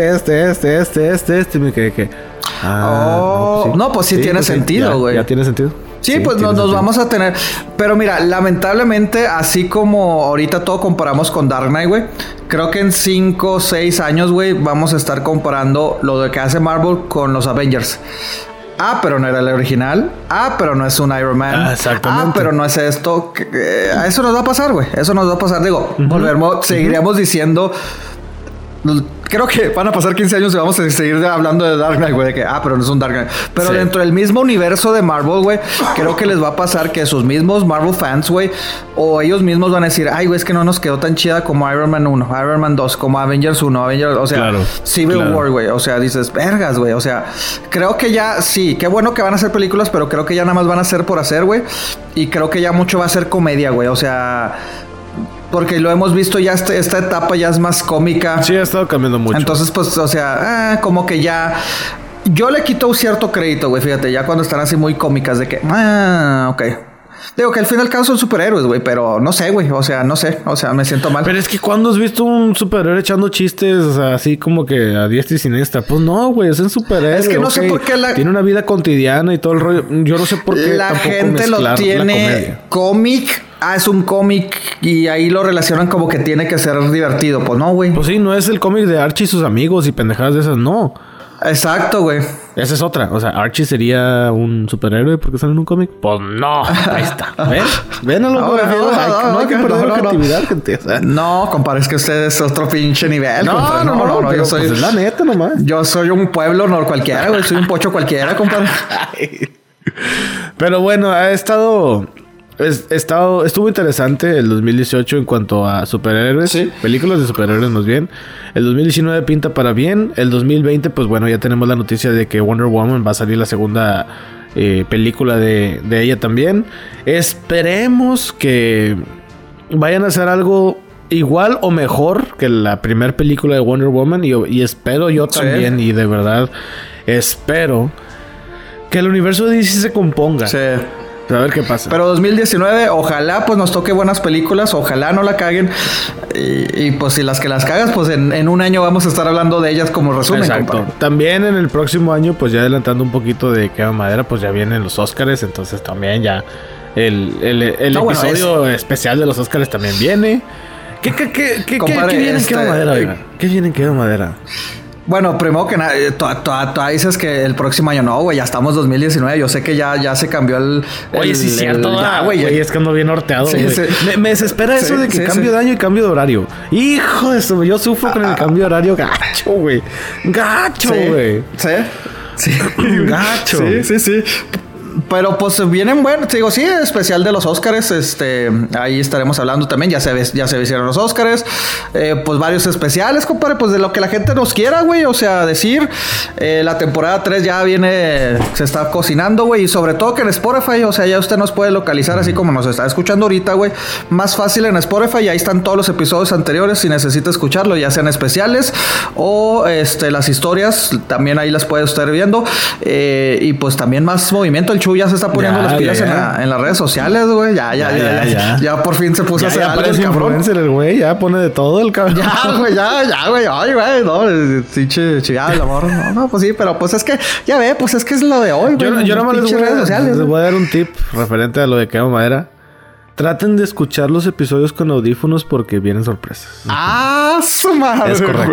me quedé que... pues sí tiene sentido, güey. Ya tiene sentido. Sí, pues nos vamos a tener... Pero mira, lamentablemente, así como ahorita todo comparamos con Dark Knight, güey, creo que en 5 o 6 años, güey, vamos a estar comparando lo de que hace Marvel con los Avengers. Pero no era el original. Pero no es un Iron Man. Exactamente. Pero no es esto. Eso nos va a pasar, güey. Eso nos va a pasar. Digo, seguiremos diciendo... Creo que van a pasar 15 años y vamos a seguir hablando de Dark Knight, güey. De que, pero no es un Dark Knight. Pero dentro del mismo universo de Marvel, güey, creo que les va a pasar que sus mismos Marvel fans, güey, o ellos mismos van a decir, güey, es que no nos quedó tan chida como Iron Man 1, Iron Man 2, como Avengers 1, Avengers, o sea, Civil War, güey. O sea, dices, vergas, güey. O sea, creo que ya, sí, qué bueno que van a hacer películas, pero creo que ya nada más van a hacer por hacer, güey. Y creo que ya mucho va a ser comedia, güey. O sea... Porque lo hemos visto ya, esta etapa ya es más cómica. Sí, ha estado cambiando mucho. Entonces, pues, o sea, como que ya... Yo le quito un cierto crédito, güey, fíjate. Ya cuando están así muy cómicas de que... ok. Digo que al fin y al cabo son superhéroes, güey. Pero no sé, güey. O sea, no sé. O sea, me siento mal. Pero es que ¿cuándo has visto un superhéroe echando chistes? O sea, así como que a diestra y siniestra. Pues no, güey. Es un superhéroe. Es que no sé por qué tiene una vida cotidiana y todo el rollo. Yo no sé por qué la gente lo tiene cómic. Es un cómic y ahí lo relacionan como que tiene que ser divertido. Pues no, güey. Pues sí, no es el cómic de Archie y sus amigos y pendejadas de esas, no. Exacto, güey. Esa es otra. O sea, Archie sería un superhéroe porque sale en un cómic. Pues no. Ahí está. ¿Ven a lo que no hay que perder la creatividad, gente. O sea, no, compadre, es que usted es otro pinche nivel. No, yo soy... Pues es la neta nomás. Yo soy un pueblo no cualquiera, güey. Soy un pocho cualquiera, compadre. Pero bueno, estuvo interesante el 2018 en cuanto a superhéroes. Sí. Películas de superhéroes más bien. El 2019 pinta para bien. El 2020, pues bueno, ya tenemos la noticia de que Wonder Woman va a salir la segunda película de ella también. Esperemos que vayan a hacer algo igual o mejor que la primera película de Wonder Woman. Y espero yo también, y de verdad espero que el universo de DC se componga. Sí. A ver qué pasa. Pero 2019, ojalá pues nos toque buenas películas, ojalá no la caguen. Y pues si las cagas, pues en un año vamos a estar hablando de ellas como resumen. Exacto. Compadre. También en el próximo año, pues ya adelantando un poquito de Quema Madera, pues ya vienen los Óscares, entonces también ya El episodio especial de los Oscars también viene. ¿Qué viene en Quema Madera? ¿Qué viene en Quema Madera? Bueno, primero que nada, tú dices que el próximo año no, güey, ya estamos 2019. Yo sé que ya se cambió el. Oye, sí, cierto, güey. Es que ando bien norteado, güey. Sí. Me desespera eso de que cambio de año y cambio de horario. Hijo de eso, yo sufro con el cambio de horario gacho, güey. Gacho, güey. Sí. Gacho. Sí. Pero pues vienen buenos, digo, sí, especial de los Óscares, ahí estaremos hablando también, ya se hicieron los Óscares, pues varios especiales, compadre, pues de lo que la gente nos quiera, güey, o sea, decir, la temporada 3 ya viene, se está cocinando, güey, y sobre todo que en Spotify, o sea, ya usted nos puede localizar así como nos está escuchando ahorita, güey, más fácil en Spotify, y ahí están todos los episodios anteriores si necesita escucharlo, ya sean especiales o las historias, también ahí las puede usted viendo, y pues también más movimiento, el Chuy ya se está poniendo las pilas en las redes sociales, güey. Ya por fin se puso a hacer algo el cabrón. El güey, ya pone de todo el cabrón. Ya, güey. Ay, güey, no, chingada el amor. No, pues sí, pero pues es que, ya ve, pues es que es lo de hoy, güey. Yo nomás les voy a dar un tip referente a lo de Quema Madera. Traten de escuchar los episodios con audífonos porque vienen sorpresas. ¡Ah, su madre!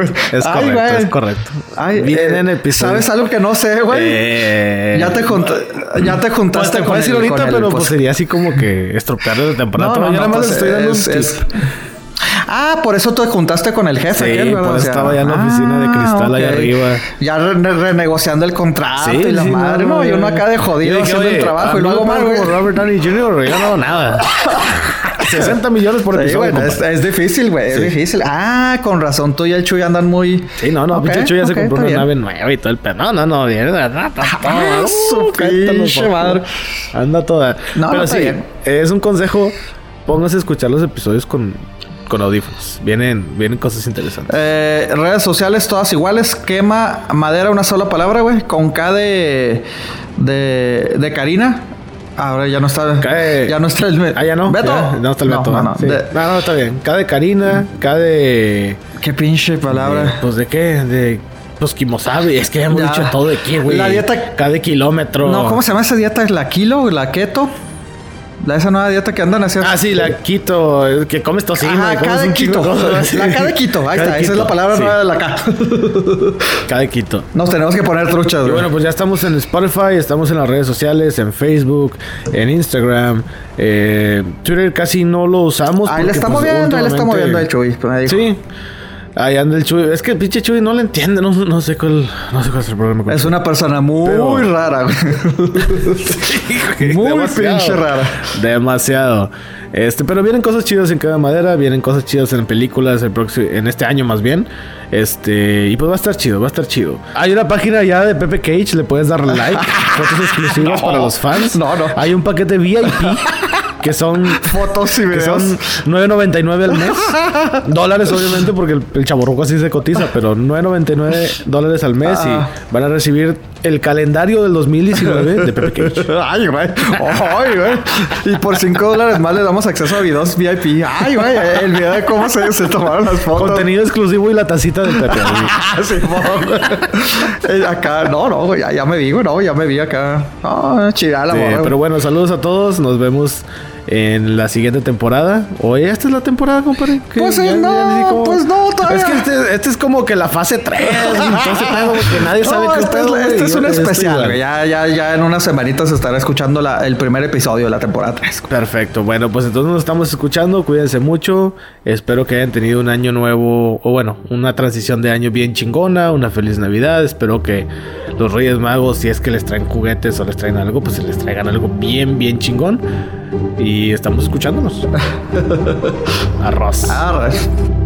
Es correcto. Ay, vienen episodios. ¿Sabes algo que no sé, güey? Ya te juntaste pues te puedo decir ahorita, pero pues sería así como que estropearle la temporada. No, yo nada más les estoy dando un tip. Por eso te juntaste con el jefe. Sí, por eso estaba ya en la oficina de cristal allá arriba. Ya renegociando el contrato y la madre. No, yo no acá de jodido haciendo el trabajo y lo hago mal, güey. Robert Downey Jr. yo no hago nada. 60 millones por episodio. Bueno, es difícil, güey. Es difícil. Con razón. Tú y el Chuy andan muy... Sí, pinche Chuy ya se compró una nave nueva y todo el pedo. No. Viene su pinche madre. Anda toda. Pero sí, es un consejo. Póngase a escuchar los episodios con audífonos. Vienen cosas interesantes. Redes sociales todas iguales. Quema Madera, una sola palabra, güey. Con K de Karina. Ahora ya no está. Ya no está el ya no. ¿Beto? Ya, no está el Beto. No, sí. No, está bien. K de Karina, K de... ¿Qué pinche palabra? Pues de qué, de... Pues Kimosabi, es que ya hemos dicho todo de qué, güey. La dieta... K de kilómetro. No, ¿cómo se llama esa dieta? ¿La kilo? ¿La keto? Esa nueva dieta que andan haciendo. Sí, la keto, que comes tocino. K de keto. La K de keto, ahí está. Esa es la palabra nueva de la K. K de keto. Nos tenemos que poner truchas, güey. Y bueno, pues ya estamos en Spotify, estamos en las redes sociales, en Facebook, en Instagram. Twitter casi no lo usamos. Ahí le estamos viendo, el Chuy. Sí. Ahí anda el Chuy. Es que el pinche Chuy no le entiende. No sé cuál es el problema con Es una persona muy rara, güey. Muy pinche rara. Demasiado. Pero vienen cosas chidas en Quema Madera. Vienen cosas chidas en películas en este año más bien. Y pues va a estar chido. Hay una página ya de Pepe Cage. Le puedes dar like. Fotos exclusivas para los fans. No. Hay un paquete VIP. Que son fotos y videos. Que son $9.99 al mes. Dólares, obviamente, porque el chavorruco así se cotiza. Pero $9.99 al mes. Y van a recibir el calendario del 2019 de Pepe Cage. Ay, güey. Y por $5 más le damos acceso a videos VIP. Ay, güey. El video de cómo se tomaron las fotos. Contenido exclusivo y la tacita del Pepe. Sí, acá, no, ya me vi, güey. No, ya me vi acá. Chida la morra. Pero bueno, saludos a todos. Nos vemos en la siguiente temporada. Oye, esta es la temporada, compadre. Pues no, todavía. Es que este es como que la fase 3. Entonces, que nadie sabe qué pedo. Este es un especial, güey. Ya en unas semanitas se estará escuchando el primer episodio de la temporada 3. Perfecto. Bueno, pues entonces nos estamos escuchando. Cuídense mucho. Espero que hayan tenido un año nuevo, o bueno, una transición de año bien chingona. Una feliz Navidad. Espero que los Reyes Magos, si es que les traen juguetes o les traen algo, pues se les traigan algo bien, bien chingón. Y estamos escuchándonos. Arroz.